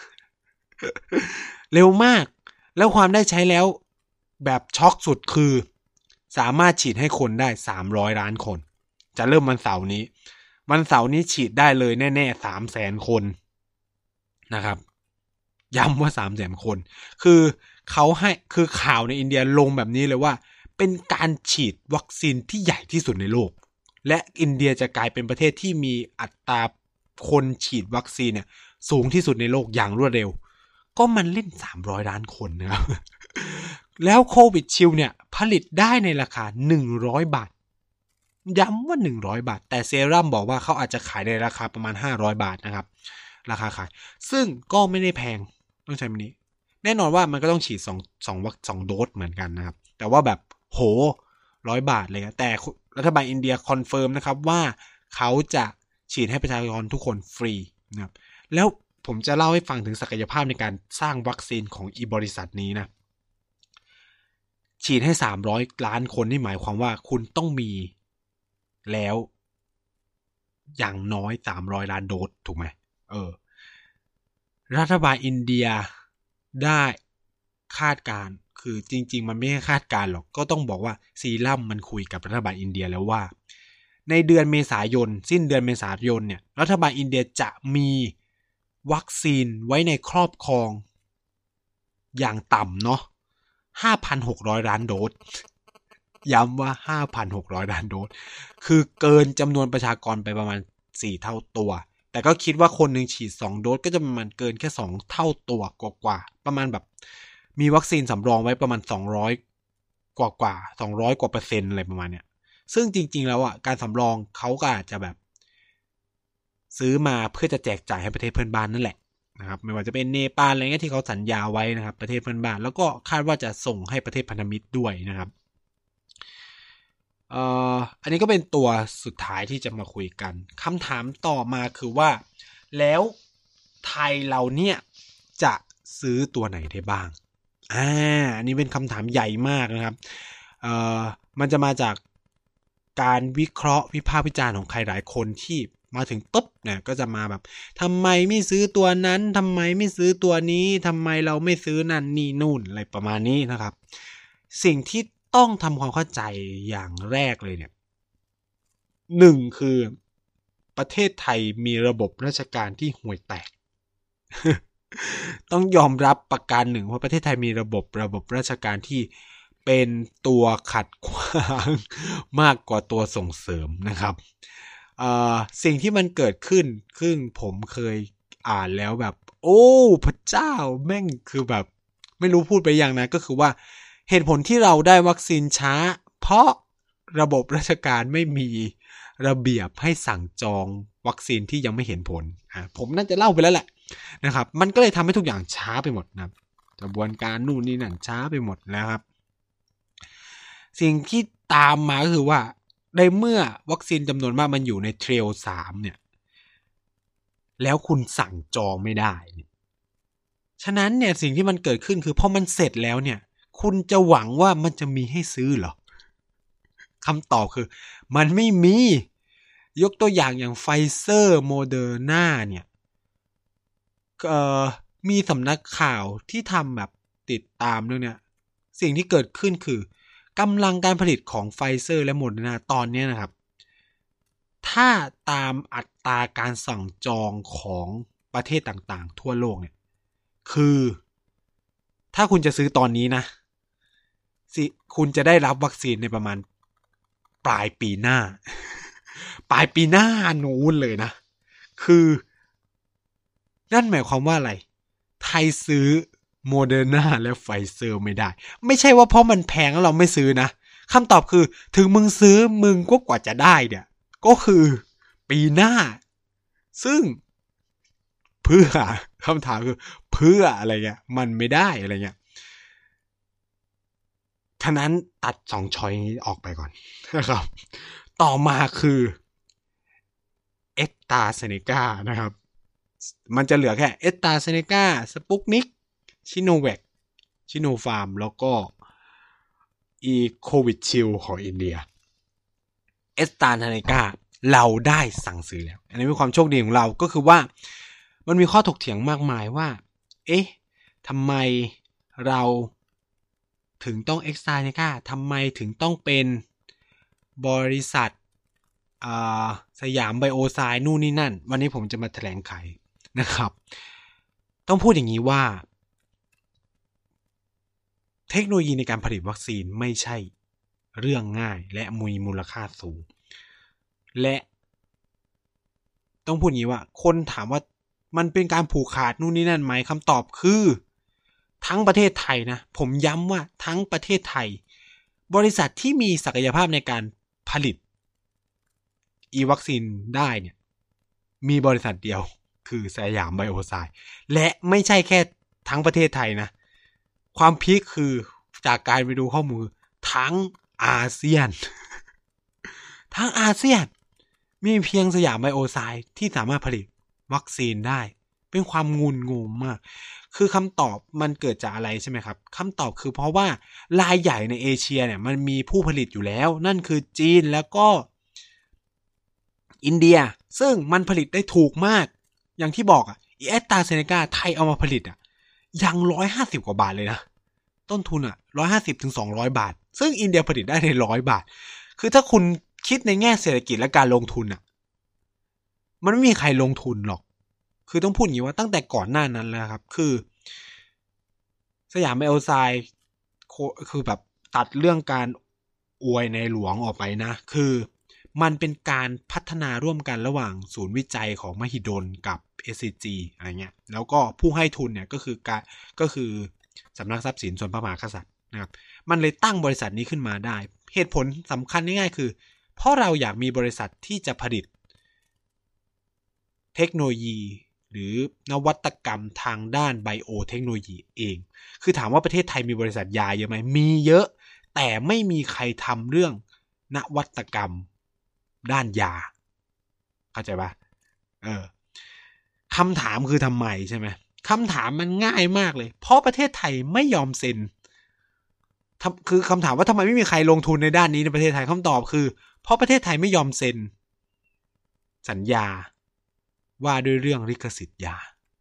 เร็วมากแล้วความได้ใช้แล้วแบบช็อกสุดคือสามารถฉีดให้คนได้300 ล้านคนจะเริ่มวันเสาร์นี้ฉีดได้เลยแน่ๆ300,000 คนนะครับย้ำว่า300,000 คนคือเขาให้คือข่าวในอินเดียลงแบบนี้เลยว่าเป็นการฉีดวัคซีนที่ใหญ่ที่สุดในโลกและอินเดียจะกลายเป็นประเทศที่มีอัตราคนฉีดวัคซีนเนี่ยสูงที่สุดในโลกอย่างรวดเร็วก็มันเล่น300 ล้านคนนะครับแล้วโควิดชิลเนี่ยผลิตได้ในราคา100 บาทย้ำว่า100 บาทแต่เซรั่มบอกว่าเขาอาจจะขายในราคาประมาณ500 บาทนะครับราคาขายซึ่งก็ไม่ได้แพงต้องใช้มันนี้แน่นอนว่ามันก็ต้องฉีด2 โดสเหมือนกันนะครับแต่ว่าแบบโห100 บาทเลยนะแต่รัฐบาลอินเดียคอนเฟิร์มนะครับว่าเขาจะฉีดให้ประชากรทุกคนฟรีนะครับแล้วผมจะเล่าให้ฟังถึงศักยภาพในการสร้างวัคซีนของบริษัทนี้นะฉีดให้300 ล้านคนนี่หมายความว่าคุณต้องมีแล้วอย่างน้อย300 ล้านโดสถูกไหมรัฐบาลอินเดียได้คาดการคือจริงๆมันไม่ใช่คาดการหรอกก็ต้องบอกว่าซีรั่มมันคุยกับรัฐบาลอินเดียแล้วว่าในเดือนเมษายนสิ้นเดือนเมษายนเนี่ยรัฐบาลอินเดียจะมีวัคซีนไว้ในครอบครองอย่างต่ำเนาะ 5,600 ล้านโดสย้ำว่า 5,600 ล้านโดสคือเกินจำนวนประชากรไปประมาณ4 เท่าตัวแต่ก็คิดว่าคนหนึ่งฉีด2 โดสก็จะประมาณเกินแค่2 เท่าตัวกว่าประมาณแบบมีวัคซีนสำรองไว้ประมาณ200กว่า200กว่าเปอร์เซ็นต์อะไรประมาณเนี้ยซึ่งจริงๆแล้วอ่ะการสำรองเขาก็อาจจะแบบซื้อมาเพื่อจะแจกจ่ายให้ประเทศเพื่อนบ้านนั่นแหละนะครับไม่ว่าจะเป็นเนปาลอะไรเงี้ยที่เขาสัญญาไว้นะครับประเทศเพื่อนบ้านแล้วก็คาดว่าจะส่งให้ประเทศพันธมิตรด้วยนะครับอันนี้ก็เป็นตัวสุดท้ายที่จะมาคุยกันคำถามต่อมาคือว่าแล้วไทยเราเนี่ยจะซื้อตัวไหนได้บ้างอันนี้เป็นคำถามใหญ่มากนะครับมันจะมาจากการวิเคราะห์วิพากษ์วิจารณ์ของใครหลายคนที่มาถึงปุ๊บเนี่ยก็จะมาแบบทำไมไม่ซื้อตัวนั้นทำไมไม่ซื้อตัวนี้ทำไมเราไม่ซื้อนั่นนี่นู่นอะไรประมาณนี้นะครับสิ่งที่ต้องทำความเข้าใจอย่างแรกเลยเนี่ยหนึ่งคือประเทศไทยมีระบบราชการที่ห่วยแตก ต้องยอมรับประการหนึ่งว่าประเทศไทยมีระบบราชการที่เป็นตัวขัดขวางมากกว่าตัวส่งเสริมนะครับสิ่งที่มันเกิดขึ้นซึ่งผมเคยอ่านแล้วแบบโอ้พระเจ้าแม่งคือแบบไม่รู้พูดไปยังนะก็คือว่าเหตุผลที่เราได้วัคซีนช้าเพราะระบบราชการไม่มีระเบียบให้สั่งจองวัคซีนที่ยังไม่เห็นผลผมน่าจะเล่าไปแล้วแหละนะครับมันก็เลยทำให้ทุกอย่างช้าไปหมดนะครับกระบวนการนู่นนี่นั่นช้าไปหมดแล้วครับสิ่งที่ตามมาก็คือว่าในเมื่อวัคซีนจำนวนมากมันอยู่ในเทรล3เนี่ยแล้วคุณสั่งจองไม่ได้ฉะนั้นเนี่ยสิ่งที่มันเกิดขึ้นคือพอมันเสร็จแล้วเนี่ยคุณจะหวังว่ามันจะมีให้ซื้อเหรอคำตอบคือมันไม่มียกตัวอย่างไฟเซอร์โมเดอร์นาเนี่ยมีสำนักข่าวที่ทำแบบติดตามเรื่องเนี้ยสิ่งที่เกิดขึ้นคือกำลังการผลิตของไฟเซอร์และโมเดอร์นาตอนนี้นะครับถ้าตามอัตราการสั่งจองของประเทศต่างๆทั่วโลกเนี่ยคือถ้าคุณจะซื้อตอนนี้นะคุณจะได้รับวัคซีนในประมาณปลายปีหน้าปลายปีหน้านู้นเลยนะคือนั่นหมายความว่าอะไรไทยซื้อโมเดอร์นาและไฟเซอร์ไม่ได้ไม่ใช่ว่าเพราะมันแพงแล้วเราไม่ซื้อนะคำตอบคือถึงมึงซื้อมึงก็กว่าจะได้เนี่ยก็คือปีหน้าซึ่งเพื่อคำถามคือเพื่ออะไรเงี้ยมันไม่ได้อะไรเงี้ยฉะนั้นตัด2ช้อยนี้ออกไปก่อนนะครับต่อมาคือเอสตาเซเนกานะครับมันจะเหลือแค่เอสตาเซเนกาสปุกนิกชิโนแวคชิโนฟาร์มแล้วก็อีโควิดชิลของอินเดียเอสตาเซเนกาเราได้สั่งซื้อแล้วอันนี้เป็นความโชคดีของเราก็คือว่ามันมีข้อถกเถียงมากมายว่าเอ๊ะทำไมเราถึงต้องเอ็กซ์ตาเนกาทำไมถึงต้องเป็นบริษัทสยามไบโอไซน์นู่นนี่นั่นวันนี้ผมจะมาแถลงไขนะครับต้องพูดอย่างนี้ว่าเทคโนโลยีในการผลิตวัคซีนไม่ใช่เรื่องง่ายและมีมูลค่าสูงและต้องพูดอย่างนี้ว่าคนถามว่ามันเป็นการผูกขาดนู่นนี่นั่นไหมคำตอบคือทั้งประเทศไทยนะผมย้ำว่าทั้งประเทศไทยบริษัทที่มีศักยภาพในการผลิตวัคซีนได้เนี่ยมีบริษัทเดียวคือสยามไบโอไซน์และไม่ใช่แค่ทั้งประเทศไทยนะความพีคคือจากการไปดูข้อมูลทั้งอาเซียนทั้งอาเซียนมีเพียงสยามไบโอไซน์ที่สามารถผลิตวัคซีนได้เป็นความงุนงงมากคือคำตอบมันเกิดจากอะไรใช่ไหมครับคำตอบคือเพราะว่ารายใหญ่ในเอเชียเนี่ยมันมีผู้ผลิตอยู่แล้วนั่นคือจีนแล้วก็อินเดียซึ่งมันผลิตได้ถูกมากอย่างที่บอกแอสตราเซเนกาไทยเอามาผลิตยัง150 กว่าบาทเลยนะต้นทุน150 ถึง 200 บาทซึ่งอินเดียผลิตได้ใน100 บาทคือถ้าคุณคิดในแง่เศรษฐกิจและการลงทุนมันไม่มีใครลงทุนหรอกคือต้องพูดอย่างนี้ว่าตั้งแต่ก่อนหน้านั้นแล้วครับคือสยามไบโอไซด์คือแบบตัดเรื่องการอวยในหลวงออกไปนะคือมันเป็นการพัฒนาร่วมกันระหว่างศูนย์วิจัยของมหิดลกับ SCG อะไรเงี้ยแล้วก็ผู้ให้ทุนเนี่ยก็คือสำนักทรัพย์สินส่วนพระมหากษัตริย์นะครับมันเลยตั้งบริษัทนี้ขึ้นมาได้เหตุผลสำคัญง่ายๆคือเพราะเราอยากมีบริษัทที่จะผลิตเทคโนโลยีหรือนวัตกรรมทางด้านไบโอเทคโนโลยีเองคือถามว่าประเทศไทยมีบริษัทยาเยอะไหมมีเยอะแต่ไม่มีใครทำเรื่องนวัตกรรมด้านยาเข้าใจปะคำถามคือทำไมใช่ไหมคำถามมันง่ายมากเลยเพราะประเทศไทยไม่ยอมเซ็นคือคำถามว่าทำไมไม่มีใครลงทุนในด้านนี้ในประเทศไทยคำตอบคือเพราะประเทศไทยไม่ยอมเซ็นสัญญาว่าด้วยเรื่องลิขสิทธิ์ยา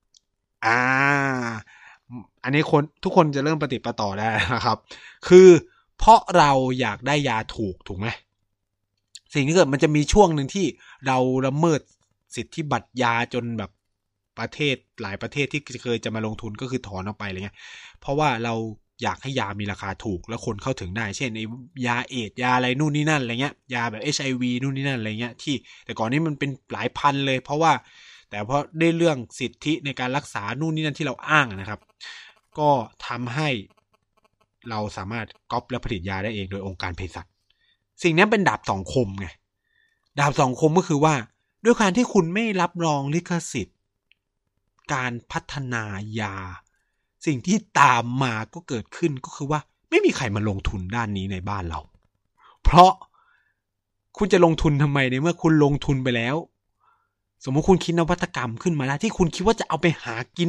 อันนี้ทุกคนจะเริ่มปฏิปต่อได้นะครับคือเพราะเราอยากได้ยาถูกไหมสิ่งที่เกิดมันจะมีช่วงหนึ่งที่เราละเมิดสิทธิบัตรยาจนแบบประเทศหลายประเทศที่เคยจะมาลงทุนก็คือถอนออกไปอะไรเงี้ยเพราะว่าเราอยากให้ยามีราคาถูกแล้วคนเข้าถึงได้เช่นไอ้ยาเอดส์ยาอะไรนู่นนี่นั่นอะไรเงี้ยยาแบบ HIV นู่นนี่นั่นอะไรเงี้ยที่แต่ก่อนนี้มันเป็นหลายพันเลยเพราะว่าแต่เพราะได้เรื่องสิทธิในการรักษานู่นนี่นั่นที่เราอ้างนะครับก็ทำให้เราสามารถก๊อปและผลิตยาได้เองโดยองค์การเภสัชสิ่งนี้เป็นดาบสองคมไงดาบสองคมก็คือว่าด้วยการที่คุณไม่รับรองลิขสิทธิ์การพัฒนายาสิ่งที่ตามมาก็เกิดขึ้นก็คือว่าไม่มีใครมาลงทุนด้านนี้ในบ้านเราเพราะคุณจะลงทุนทำไมในเมื่อคุณลงทุนไปแล้วสมมติคุณคิดนวัตกรรมขึ้นมาแล้วที่คุณคิดว่าจะเอาไปหากิน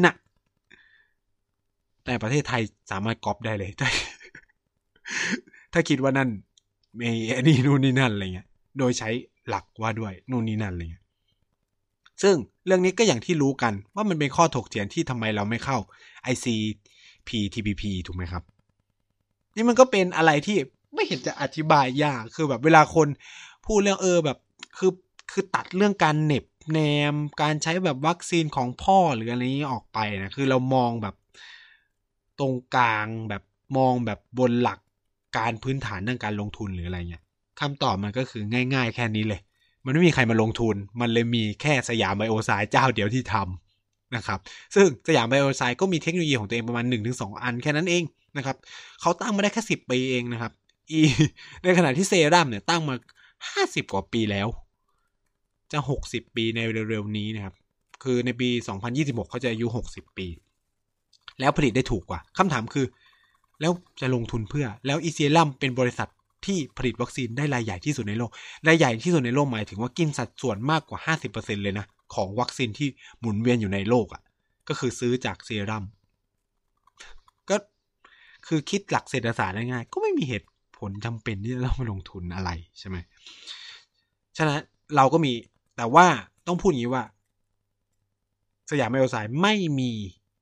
แต่ประเทศไทยสามารถก๊อปได้เลยถ้าคิดว่านั่นมีอันนี้นู่นนี่นั่นอะไรเงี้ยโดยใช้หลักว่าด้วยนู่นนี่นั่นอะไรเงี้ยซึ่งเรื่องนี้ก็อย่างที่รู้กันว่ามันเป็นข้อถกเถียงที่ทำไมเราไม่เข้า ICP-TPP ถูกไหมครับนี่มันก็เป็นอะไรที่ไม่เห็นจะอธิบายยากคือแบบเวลาคนพูดเรื่องแบบคือตัดเรื่องการเหน็บแนมการใช้แบบวัคซีนของพ่อหรืออะไรนี้ออกไปนะคือเรามองแบบตรงกลางแบบมองแบบบนหลักการพื้นฐานด้านการลงทุนหรืออะไรเงี้ยคำตอบมันก็คือง่ายๆแค่นี้เลยมันไม่มีใครมาลงทุนมันเลยมีแค่สยามไบโอไซด์เจ้าเดียวที่ทำนะครับซึ่งสยามไบโอไซด์ก็มีเทคโนโลยีของตัวเองประมาณ 1-2 อันแค่นั้นเองนะครับเขาตั้งมาได้แค่10 ปีเองนะครับในขณะที่เซรั่มเนี่ยตั้งมา50 กว่าปีแล้วจะ60 ปีในเร็วๆนี้นะครับคือในปี2026เขาจะอายุ60 ปีแล้วผลิตได้ถูกกว่าคำถามคือแล้วจะลงทุนเพื่อแล้วอีเซรั่มเป็นบริษัทที่ผลิตวัคซีนได้รายใหญ่ที่สุดในโลกรายใหญ่ที่สุดในโลกหมายถึงว่ากินสัดส่วนมากกว่า 50% เลยนะของวัคซีนที่หมุนเวียนอยู่ในโลกก็คือซื้อจากเซรั่มก็คือคิดหลักเศรษฐศาสตร์ง่ายๆก็ไม่มีเหตุผลจำเป็นที่จะต้องมาลงทุนอะไรใช่ไหมฉะนั้นเราก็มีแต่ว่าต้องพูดอย่างนี้ว่าสยามไบโอไซด์ไม่มี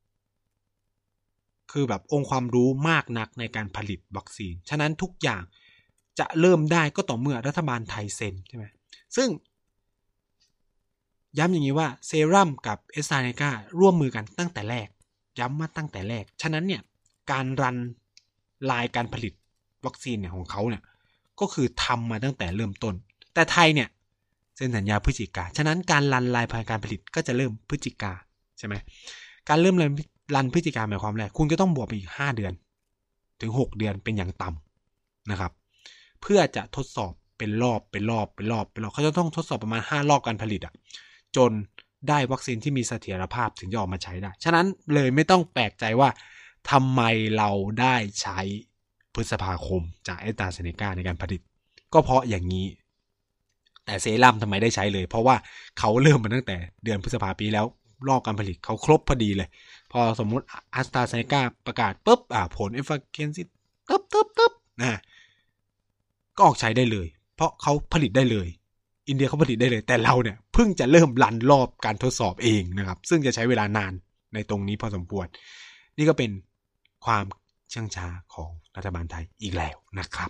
คือแบบองค์ความรู้มากนักในการผลิตวัคซีนฉะนั้นทุกอย่างจะเริ่มได้ก็ต่อเมื่อรัฐบาลไทยเซ็นใช่ไหมซึ่งย้ำอย่างนี้ว่าเซรั่มกับแอสตราเซเนการ่วมมือกันตั้งแต่แรกย้ำมาตั้งแต่แรกฉะนั้นเนี่ยการรันลายการผลิตวัคซีนเนี่ยของเขาเนี่ยก็คือทำมาตั้งแต่เริ่มต้นแต่ไทยเนี่ยเซ็นสัญญาพฤศจิกาฉะนั้นการรันลายการผลิตก็จะเริ่มพฤศจิกาใช่ไหมการเริ่มรันพฤศจิกาหมายความอะไรคุณก็ต้องบวกไปอีก5 เดือนถึง6 เดือนเป็นอย่างต่ำนะครับเพื่อจะทดสอบเป็นรอบเขาจะต้องทดสอบประมาณ5 รอบการผลิตจนได้วัคซีนที่มีเสถียรภาพถึงจะออกมาใช้ได้ฉะนั้นเลยไม่ต้องแปลกใจว่าทำไมเราได้ใช้พฤษภาคมจากแอสตราเซเนกาในการผลิตก็เพราะอย่างนี้แต่เซรั่มทำไมได้ใช้เลยเพราะว่าเขาเริ่มมาตั้งแต่เดือนพฤษภาคมปีแล้วรอบการผลิตเขาครบพอดีเลยพอสมมุติอัสตราเซเนกาประกาศปุ๊บผลเอฟฟาเกนซิตึ๊บนะก็ออกใช้ได้เลยเพราะเขาผลิตได้เลยอินเดียเขาผลิตได้เลยแต่เราเนี่ยเพิ่งจะเริ่มรันรอบการทดสอบเองนะครับซึ่งจะใช้เวลานานในตรงนี้พอสมควรนี่ก็เป็นความเชื่องช้าของรัฐบาลไทยอีกแล้วนะครับ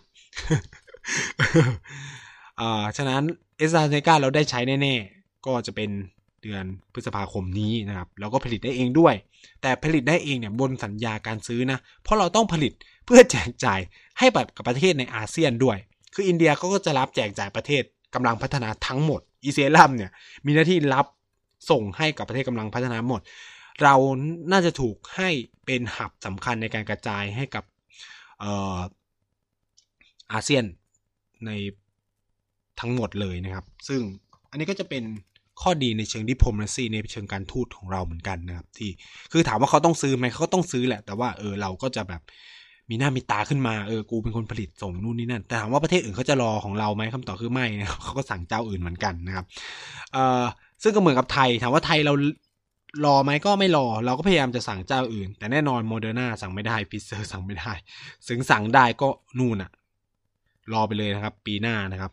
ฉะนั้นเอสตราเซเนกาเราได้ใช้แน่ๆก็จะเป็นเดือนพฤษภาคมนี้นะครับแล้วก็ผลิตได้เองด้วยแต่ผลิตได้เองเนี่ยบนสัญญาการซื้อนะเพราะเราต้องผลิตเพื่อแจกจ่ายให้กับประเทศในอาเซียนด้วยคืออินเดียเขาก็จะรับแจกจ่ายประเทศกำลังพัฒนาทั้งหมดอีเซรัมเนี่ยมีหน้าที่รับส่งให้กับประเทศกำลังพัฒนาหมดเราน่าจะถูกให้เป็นหับสำคัญในการกระจายให้กับอาเซียนในทั้งหมดเลยนะครับซึ่งอันนี้ก็จะเป็นข้อดีในเชิงดิปโลมาซีในเชิงการทูตของเราเหมือนกันนะครับที่คือถามว่าเขาต้องซื้อไหมเขาก็ต้องซื้อแหละแต่ว่าเราก็จะแบบมีหน้ามีตาขึ้นมากูเป็นคนผลิตส่งนู่นนี่นั่นแต่ถามว่าประเทศอื่นเขาจะรอของเราไหมคำตอบคือไม่นะเขาก็สั่งเจ้าอื่นเหมือนกันนะครับซึ่งก็เหมือนกับไทยถามว่าไทยเรารอไหมก็ไม่รอเราก็พยายามจะสั่งเจ้าอื่นแต่แน่นอนโมเดอร์นาสั่งไม่ได้ฟิเซอร์สั่งไม่ได้ถึงสั่งได้ก็นู่นรอไปเลยนะครับปีหน้านะครับ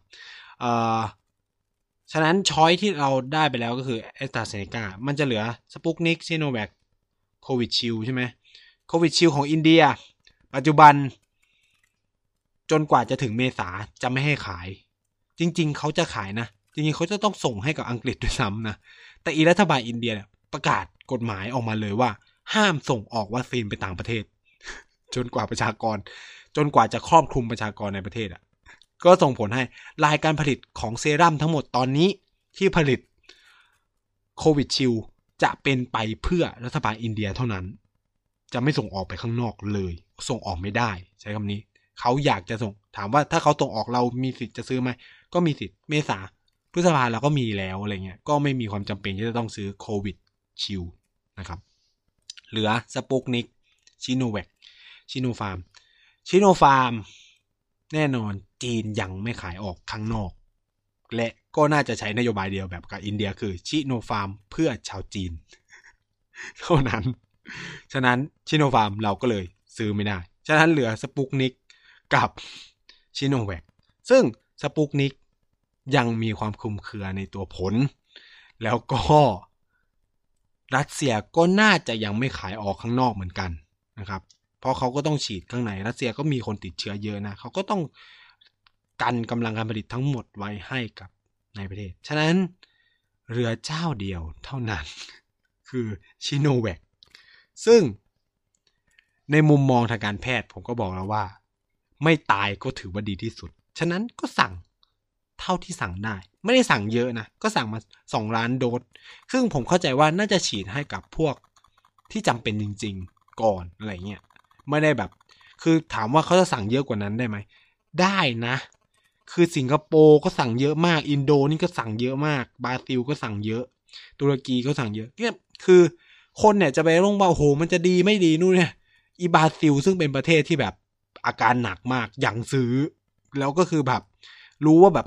ฉะนั้นช้อยที่เราได้ไปแล้วก็คือแอสตราเซเนกามันจะเหลือสปุกนิกซิโนแวคโควิดชิลใช่ไหมโควิดชิลของอินเดียปัจจุบันจนกว่าจะถึงเมษาจะไม่ให้ขายจริงๆเขาจะขายนะจริงๆเขาจะต้องส่งให้กับอังกฤษด้วยซ้ำนะแต่รัฐบาลอินเดียประกาศกฎหมายออกมาเลยว่าห้ามส่งออกวัคซีนไปต่างประเทศจนกว่าจะครอบคลุมประชากรในประเทศก็ส่งผลให้รายการผลิตของเซรั่มทั้งหมดตอนนี้ที่ผลิตโควิดชิลจะเป็นไปเพื่อรัฐบาลอินเดียเท่านั้นจะไม่ส่งออกไปข้างนอกเลยส่งออกไม่ได้ใช้คำนี้เขาอยากจะส่งถามว่าถ้าเขาส่งออกเรามีสิทธิ์จะซื้อไหมก็มีสิทธิ์เมษาพฤษภาเราก็มีแล้วอะไรเงี้ยก็ไม่มีความจำเป็นที่จะต้องซื้อโควิดชิลนะครับเหลือสปุกนิกชิโนแวคชิโนฟาร์มแน่นอนจีนยังไม่ขายออกข้างนอกและก็น่าจะใช้นโยบายเดียวแบบกับอินเดียคือชิโนฟาร์มเพื่อชาวจีนเท่านั้นฉะนั้นชิโนฟาร์มเราก็เลยซื้อไม่ได้ฉะนั้นเหลือสปุกนิกกับชิโนแวคซึ่งสปุกนิกยังมีความคลุมเครือในตัวผลแล้วก็รัสเซียก็น่าจะยังไม่ขายออกข้างนอกเหมือนกันนะครับเพราะเขาก็ต้องฉีดข้างในรัสเซียก็มีคนติดเชื้อเยอะนะเขาก็ต้องกันกำลังการผลิตทั้งหมดไว้ให้กับในประเทศฉะนั้นเรือเจ้าเดียวเท่านั้นคือชิโนแวคซึ่งในมุมมองทางการแพทย์ผมก็บอกแล้วว่าไม่ตายก็ถือว่าดีที่สุดฉะนั้นก็สั่งเท่าที่สั่งได้ไม่ได้สั่งเยอะนะก็สั่งมา2 ล้านโดสซึ่งผมเข้าใจว่าน่าจะฉีดให้กับพวกที่จำเป็นจริงๆก่อนอะไรเงี้ยไม่ได้แบบคือถามว่าเขาจะสั่งเยอะกว่านั้นได้ไหมได้นะคือสิงคโปร์ก็สั่งเยอะมากอินโดนี่ก็สั่งเยอะมากบราซิลก็สั่งเยอะตุรกีก็สั่งเยอะเนี่ยคือคนเนี่ยจะไปลงว่าโอ้โหมันจะดีไม่ดีนู่นเนี่ยอีบราซิลซึ่งเป็นประเทศที่แบบอาการหนักมากยังซื้อแล้วก็คือแบบรู้ว่าแบบ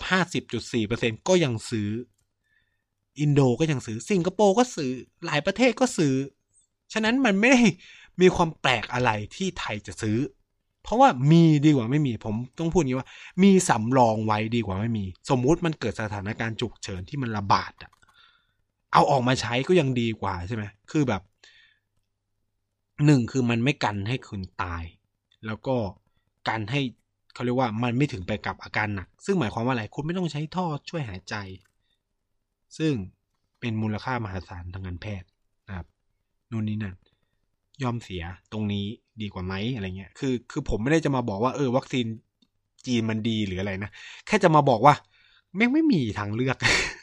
50.4% ก็ยังซื้ออินโดก็ยังซื้อสิงคโปร์ก็ซื้อหลายประเทศก็ซื้อฉะนั้นมันไม่ได้มีความแปลกอะไรที่ไทยจะซื้อเพราะว่ามีดีกว่าไม่มีผมต้องพูดอย่างนี้ว่ามีสำรองไว้ดีกว่าไม่มีสมมุติมันเกิดสถานการณ์ฉุกเฉินที่มันระบาดเอาออกมาใช้ก็ยังดีกว่าใช่ไหมคือแบบ1คือมันไม่กันให้คุณตายแล้วก็กันให้เขาเรียกว่ามันไม่ถึงไปกับอาการหนักซึ่งหมายความว่าอะไรคุณไม่ต้องใช้ท่อช่วยหายใจซึ่งเป็นมูลค่ามหาศาลทางการแพทย์นะครับนู่นนี่นั่นยอมเสียตรงนี้ดีกว่าไหมอะไรเงี้ยคือผมไม่ได้จะมาบอกว่าวัคซีนจีนมันดีหรืออะไรนะแค่จะมาบอกว่าไม่มีทางเลือก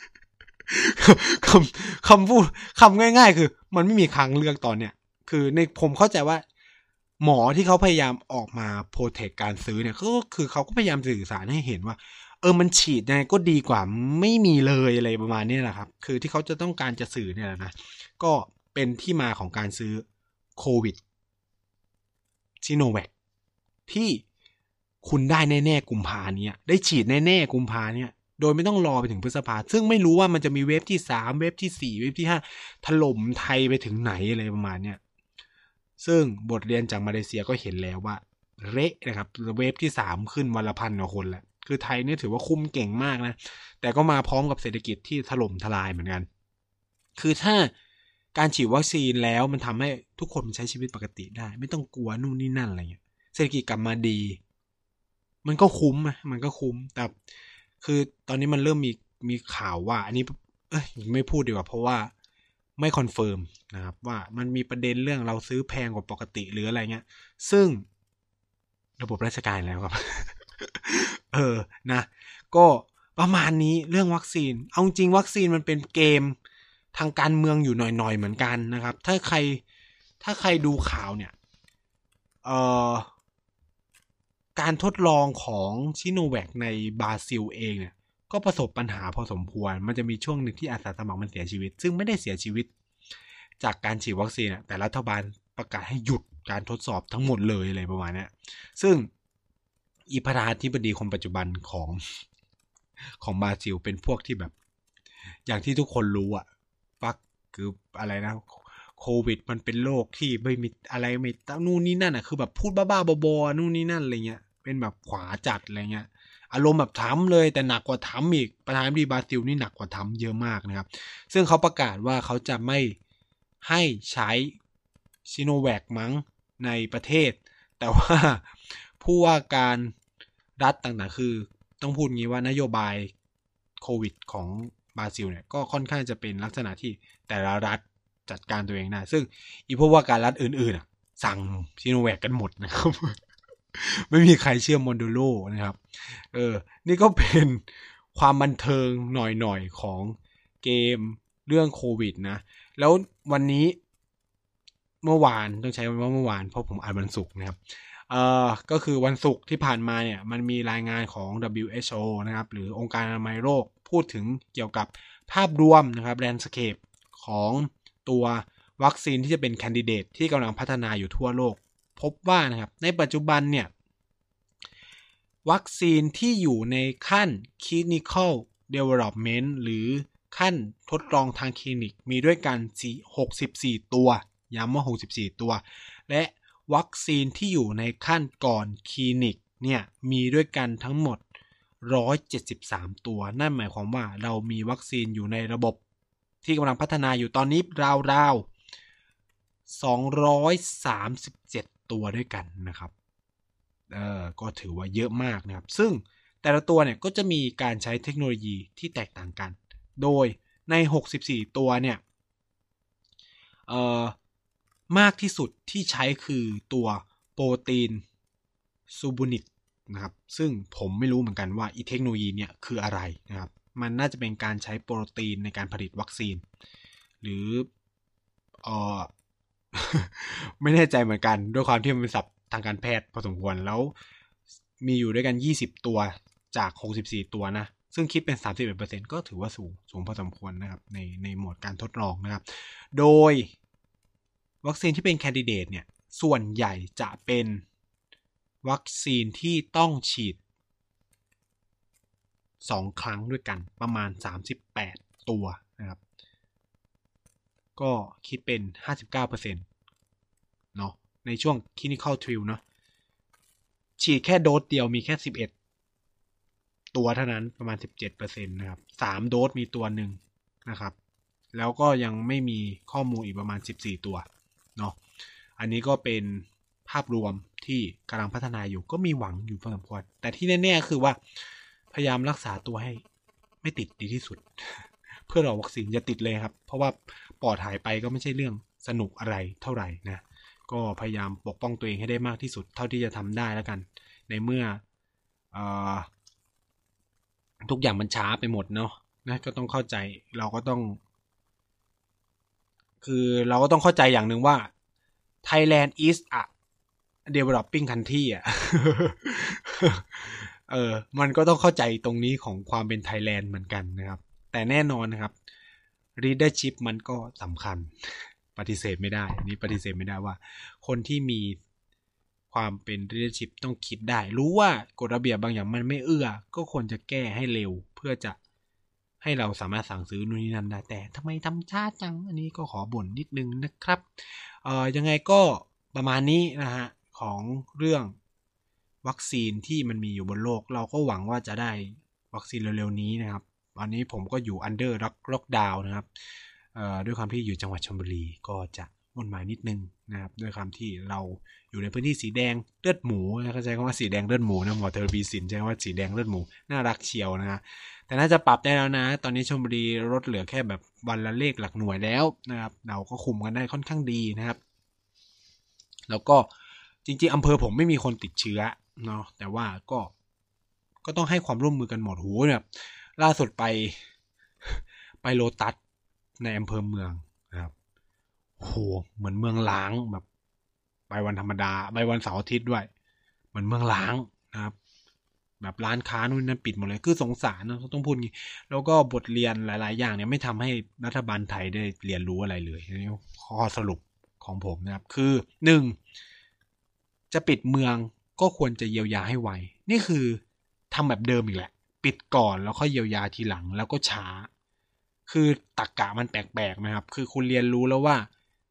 คำพูดคำง่ายๆคือมันไม่มีทางเลือกตอนเนี้ยคือในผมเข้าใจว่าหมอที่เขาพยายามออกมาโปรเทคการซื้อเนี่ยก็คือเขาก็พยายามสื่อสารให้เห็นว่ามันฉีดยังไงก็ดีกว่าไม่มีเลยอะไรประมาณนี้แหละครับคือที่เขาจะต้องการจะสื่อเนี่ยนะก็เป็นที่มาของการซื้อโควิดซิโนแวคที่คุณได้แน่ๆกุมภาเนี่ยได้ฉีดแน่ๆกุมภาเนี่ยโดยไม่ต้องรอไปถึงพฤษภาซึ่งไม่รู้ว่ามันจะมีเวฟที่3เวฟที่4เวฟที่5ถล่มไทยไปถึงไหนอะไรประมาณเนี้ยซึ่งบทเรียนจากมาเลเซียก็เห็นแล้วว่าเละนะครับเวฟที่3ขึ้นวันละ1,000 กว่าคนแหละคือไทยเนี่ยถือว่าคุมเก่งมากนะแต่ก็มาพร้อมกับเศรษฐกิจที่ถล่มทลายเหมือนกันคือถ้าการฉีดวัคซีนแล้วมันทำให้ทุกคนใช้ชีวิตปกติได้ไม่ต้องกลัวนู่นนี่นั่นอะไรเงี้ยเศรษฐกิจกลับมาดีมันก็คุ้มมันก็คุ้มแต่คือตอนนี้มันเริ่มมีข่าวว่าอันนี้ไม่พูดดีกว่าเพราะว่าไม่คอนเฟิร์มนะครับว่ามันมีประเด็นเรื่องเราซื้อแพงกว่าปกติหรืออะไรเงี้ยซึ่งระบบราชการแล้วครับ นะก็ประมาณนี้เรื่องวัคซีนเอาจริงวัคซีนมันเป็นเกมทางการเมืองอยู่หน่อยๆเหมือนกันนะครับถ้าใครดูข่าวเนี่ยการทดลองของชิโนแวคในบราซิลเองเนี่ยก็ประสบปัญหาพอสมควรมันจะมีช่วงหนึ่งที่อาสาสมัครมันเสียชีวิตซึ่งไม่ได้เสียชีวิตจากการฉีดวัคซีนแต่รัฐบาลประกาศให้หยุดการทดสอบทั้งหมดเลยอะไรประมาณนี้ซึ่งอีประธานาธิบดีคนปัจจุบันของบราซิลเป็นพวกที่แบบอย่างที่ทุกคนรู้ฟักคืออะไรนะโควิดมันเป็นโรคที่ไม่มีอะไรไม่นู่นนี่นั่นคือแบบพูดบ้าๆบอๆนู่นนี่นั่นอะไรเงี้ยเป็นแบบขวาจัดอะไรเงี้ยอารมณ์แบบทำเลยแต่หนักกว่าทำอีกประธานาธิบดีบราซิลนี่หนักกว่าทำเยอะมากนะครับซึ่งเขาประกาศว่าเขาจะไม่ให้ใช้ซิโนแวคมั้งในประเทศแต่ว่าผู้ว่าการรัฐต่างๆคือต้องพูดงี้ว่านโยบายโควิดของบราซิลเนี่ยก็ค่อนข้างจะเป็นลักษณะที่แต่ละรัฐจัดการตัวเองได้ซึ่งอีพวกว่าการรัฐอื่นๆสั่งซิโนแวคกันหมดนะครับ ไม่มีใครเชื่อมอนโดโลนะครับนี่ก็เป็นความบันเทิงหน่อยๆของเกมเรื่องโควิดนะแล้ววันนี้เมื่อวานต้องใช้ว่าเมื่อวานเพราะผมอ่านวันศุกร์นะครับก็คือวันศุกร์ที่ผ่านมาเนี่ยมันมีรายงานของ WHO นะครับหรือองค์การอนามัยโลกพูดถึงเกี่ยวกับภาพรวมนะครับแลนด์สเคปของตัววัคซีนที่จะเป็นแคนดิเดตที่กำลังพัฒนาอยู่ทั่วโลกพบว่านะครับในปัจจุบันเนี่ยวัคซีนที่อยู่ในขั้น clinical development หรือขั้นทดลองทางคลินิกมีด้วยกัน64ตัวย้ำว่า64ตัวและวัคซีนที่อยู่ในขั้นก่อนคลินิกเนี่ยมีด้วยกันทั้งหมด173ตัวนั่นหมายความว่าเรามีวัคซีนอยู่ในระบบที่กำลังพัฒนาอยู่ตอนนี้ราวๆ237ตัวด้วยกันนะครับก็ถือว่าเยอะมากนะครับซึ่งแต่ละตัวเนี่ยก็จะมีการใช้เทคโนโลยีที่แตกต่างกันโดยใน64ตัวเนี่ยมากที่สุดที่ใช้คือตัวโปรตีนซูบูนิกนะครับซึ่งผมไม่รู้เหมือนกันว่าอีเทคโนโลยีเนี่ยคืออะไรนะครับมันน่าจะเป็นการใช้โปรตีนในการผลิตวัคซีนหรือไม่แน่ใจเหมือนกันด้วยความที่มันเป็นศัพท์ทางการแพทย์พอสมควรแล้วมีอยู่ด้วยกัน20ตัวจาก64ตัวนะซึ่งคิดเป็น 31% ก็ถือว่าสูงพอสมควรนะครับในโหมดการทดลองนะครับโดยวัคซีนที่เป็นแคนดิเดตเนี่ยส่วนใหญ่จะเป็นวัคซีนที่ต้องฉีด2ครั้งด้วยกันประมาณ38ตัวนะครับก็คิดเป็น 59% เนาะในช่วง clinical trial เนาะฉีดแค่โดสเดียวมีแค่11ตัวเท่านั้นประมาณ 17% นะครับ3โดสมีตัวหนึ่งนะครับแล้วก็ยังไม่มีข้อมูลอีกประมาณ14ตัวเนาะอันนี้ก็เป็นภาพรวมที่กำลังพัฒนาอยู่ก็มีหวังอยู่พอสมควรแต่ที่แน่ๆคือว่าพยายามรักษาตัวให้ไม่ติดดีที่สุดเพื่อรอวัคซีนอย่าติดเลยครับเพราะว่าปอดหายไปก็ไม่ใช่เรื่องสนุกอะไรเท่าไหร่นะก็พยายามปกป้องตัวเองให้ได้มากที่สุดเท่าที่จะทำได้แล้วกันในเมื่อทุกอย่างมันช้าไปหมดเนาะนะก็ต้องเข้าใจเราก็ต้องเข้าใจอย่างหนึ่งว่า Thailand is a developing country มันก็ต้องเข้าใจตรงนี้ของความเป็น Thailand เหมือนกันนะครับแต่แน่นอนนะครับ leadership มันก็สำคัญปฏิเสธไม่ได้นี่ปฏิเสธไม่ได้ว่าคนที่มีความเป็น leadership ต้องคิดได้รู้ว่ากฎระเบียบบางอย่างมันไม่เอื้อก็ควรจะแก้ให้เร็วเพื่อจะให้เราสามารถสั่งซื้อนู่นนี่นั่นได้แต่ทำไมทำช้าจังอันนี้ก็ขอบ่นนิดนึงนะครับยังไงก็ประมาณนี้นะฮะของเรื่องวัคซีนที่มันมีอยู่บนโลกเราก็หวังว่าจะได้วัคซีนเร็วๆนี้นะครับตอนนี้ผมก็อยู่อันเดอร์ล็อกดาวน์นะครับด้วยความที่อยู่จังหวัดชลบุรีก็จะวุ่นวายนิดนึงนะครับด้วยความที่เราอยู่ในพื้นที่สีแดงเลือดหมูเข้าใจคำว่าสีแดงเลือดหมูนะหมอเทอร์บีสินใช้คำว่าสีแดงเลือดหมูน่ารักเชียวนะฮะแต่น่าจะปรับได้แล้วนะตอนนี้ชลบุรีลดเหลือแค่แบบวันละเลขหลักหน่วยแล้วนะครับเราก็คุมกันได้ค่อนข้างดีนะครับแล้วก็จริงๆอำเภอผมไม่มีคนติดเชื้อเนาะแต่ว่าก็ต้องให้ความร่วมมือกันหมดหูเนี่ยล่าสุดไปโลตัสในอำเภอเมืองนะครับโหเหมือนเมืองล้างแบบไปวันธรรมดาไปวันเสาร์อาทิตย์ด้วยเหมือนเมืองล้างนะครับแบบร้านค้านู่นนั่นปิดหมดเลยคือสงสารนะต้องพูดงี้แล้วก็บทเรียนหลายๆอย่างเนี่ยไม่ทำให้รัฐบาลไทยได้เรียนรู้อะไรเลยนี่ข้อสรุปของผมนะครับคือ1จะปิดเมืองก็ควรจะเยียวยาให้ไวนี่คือทำแบบเดิมอีกแหละปิดก่อนแล้วค่อยเยียวยาทีหลังแล้วก็ช้าคือตรรกะมันแปลกๆนะครับคือคุณเรียนรู้แล้วว่า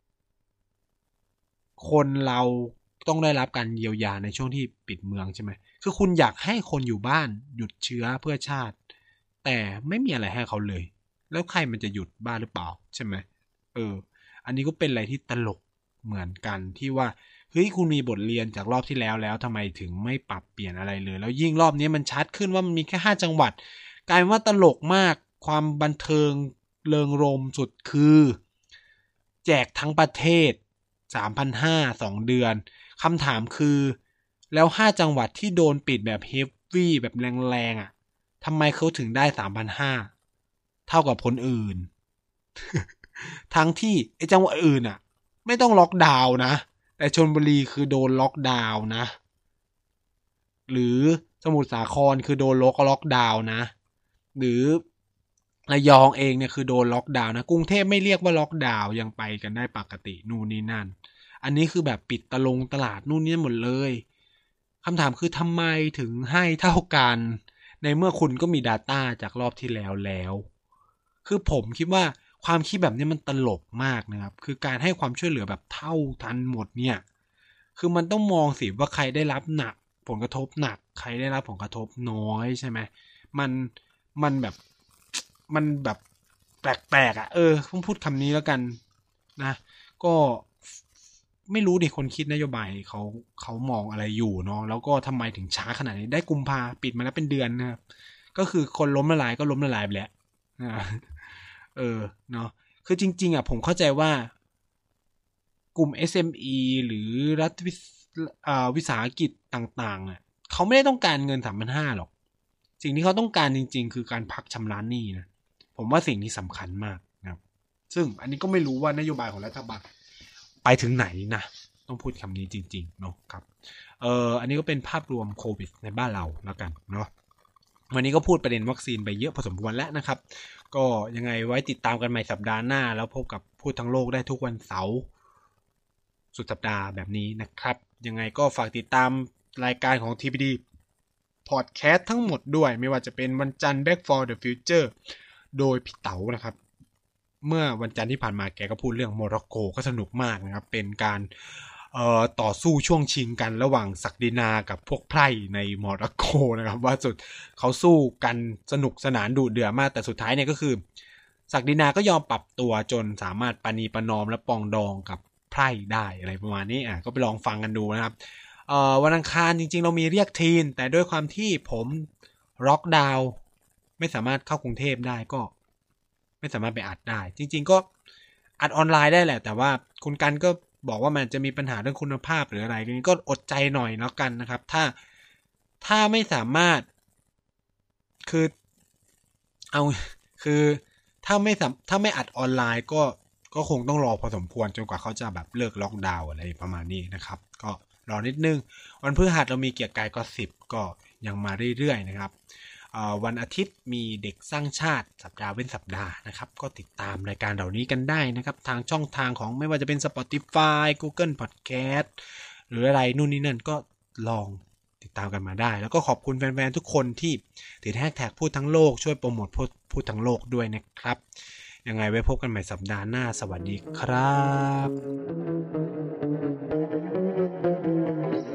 คนเราต้องได้รับการเยียวยาในช่วงที่ปิดเมืองใช่ไหมคือคุณอยากให้คนอยู่บ้านหยุดเชื้อเพื่อชาติแต่ไม่มีอะไรให้เขาเลยแล้วใครมันจะหยุดบ้าหรือเปล่าใช่ไหมอันนี้ก็เป็นอะไรที่ตลกเหมือนกันที่ว่าเฮ้ยคุณมีบทเรียนจากรอบที่แล้วทำไมถึงไม่ปรับเปลี่ยนอะไรเลยแล้วยิ่งรอบนี้มันชัดขึ้นว่ามันมีแค่5จังหวัดกลายเป็นว่าตลกมากความบันเทิงเริงรมย์สุดคือแจกทั้งประเทศ 3,500 2 เดือนคำถามคือแล้ว5จังหวัดที่โดนปิดแบบเฮฟวี่แบบแรงๆอ่ะทำไมเขาถึงได้ 3,500 เท่ากับคนอื่น ทั้งที่ไอ้จังหวัดอื่นอ่ะไม่ต้องล็อกดาวน์นะแต่ชลบุรีคือโดนล็อกดาวน์นะหรือสมุทรสาครคือโดนล็อกดาวน์นะหรือระยองเองเนี่ยคือโดนล็อกดาวน์นะกรุงเทพไม่เรียกว่าล็อกดาวน์ยังไปกันได้ปกตินู่นนี่นั่นอันนี้คือแบบปิดตลาดนู่นนี่หมดเลยคำถามคือทำไมถึงให้เท่ากันในเมื่อคุณก็มี data จากรอบที่แล้วคือผมคิดว่าความคิดแบบนี้มันตลกมากนะครับคือการให้ความช่วยเหลือแบบเท่าทันหมดเนี่ยคือมันต้องมองสิว่าใครได้รับหนักผลกระทบหนักใครได้รับผลกระทบน้อยใช่ไหมมันแบบแปลกๆอ่ะต้องพูดคำนี้แล้วกันนะก็ไม่รู้ดิคนคิดนโยบายเขามองอะไรอยู่เนาะแล้วก็ทำไมถึงช้าขนาดนี้ได้กุมภาปิดมาแล้วเป็นเดือนนะครับก็คือคนล้มละลายก็ล้มละลายไปแล้วเนาะคือจริงๆอ่ะผมเข้าใจว่ากลุ่ม SME หรือรัฐวิสาหกิจต่างๆอ่ะเขาไม่ได้ต้องการเงิน 3,500 หรอกสิ่งที่เขาต้องการจริงๆคือการพักชำระหนี้นะผมว่าสิ่งนี้สำคัญมากนะครับซึ่งอันนี้ก็ไม่รู้ว่านโยบายของรัฐบาลไปถึงไหนนะต้องพูดคำนี้จริงๆเนาะครับอันนี้ก็เป็นภาพรวมโควิดในบ้านเราแล้วกันเนาะวันนี้ก็พูดประเด็นวัคซีนไปเยอะพอสมควรแล้วนะครับก็ยังไงไว้ติดตามกันใหม่สัปดาห์หน้าแล้วพบกับพูดทั้งโลกได้ทุกวันเสาร์สุดสัปดาห์แบบนี้นะครับยังไงก็ฝากติดตามรายการของ TPD พอดแคสต์ทั้งหมดด้วยไม่ว่าจะเป็นวันจันทร์ Back for the Future โดยพี่เต๋านะครับเมื่อวันจันทร์ที่ผ่านมาแกก็พูดเรื่องโมร็อกโกก็สนุกมากนะครับเป็นการต่อสู้ช่วงชิงกันระหว่างศักดินากับพวกไพร่ในโมร็อกโกนะครับว่าสุดเขาสู้กันสนุกสนานดุเดือดมากแต่สุดท้ายเนี่ยก็คือศักดินาก็ยอมปรับตัวจนสามารถปณีประนอมและปองดองกับไพร่ได้อะไรประมาณนี้ก็ไปลองฟังกันดูนะครับวันอังคารจริงๆเรามีเรียกทีนแต่ด้วยความที่ผมล็อกดาวน์ไม่สามารถเข้ากรุงเทพได้ก็ไม่สามารถไปอัดได้จริงๆก็อัดออนไลน์ได้แหละแต่ว่าคุณกันก็บอกว่ามันจะมีปัญหาเรื่องคุณภาพหรืออะไรก็อดใจหน่อยแล้วกันนะครับถ้าไม่สามารถคือถ้าไม่อัดออนไลน์ก็คงต้องรอพอสมควรจนกว่าเขาจะแบบเลิกล็อกดาวน์อะไรประมาณนี้นะครับก็รอนิดนึงวันพฤหัสเรามีเกียรติกายก็10ก็ยังมาเรื่อยๆนะครับวันอาทิตย์มีเด็กสร้างชาติสัปดาห์เว้นสัปดาห์นะครับก็ติดตามรายการเหล่านี้กันได้นะครับทางช่องทางของไม่ว่าจะเป็น Spotify Google Podcast หรืออะไรนู่นนี่นั่นก็ลองติดตามกันมาได้แล้วก็ขอบคุณแฟนๆทุกคนที่ติดแฮชแท็กพูดทั้งโลกช่วยโปรโมทพูดทั้งโลกด้วยนะครับยังไงไว้พบกันใหม่สัปดาห์หน้าสวัสดีครับ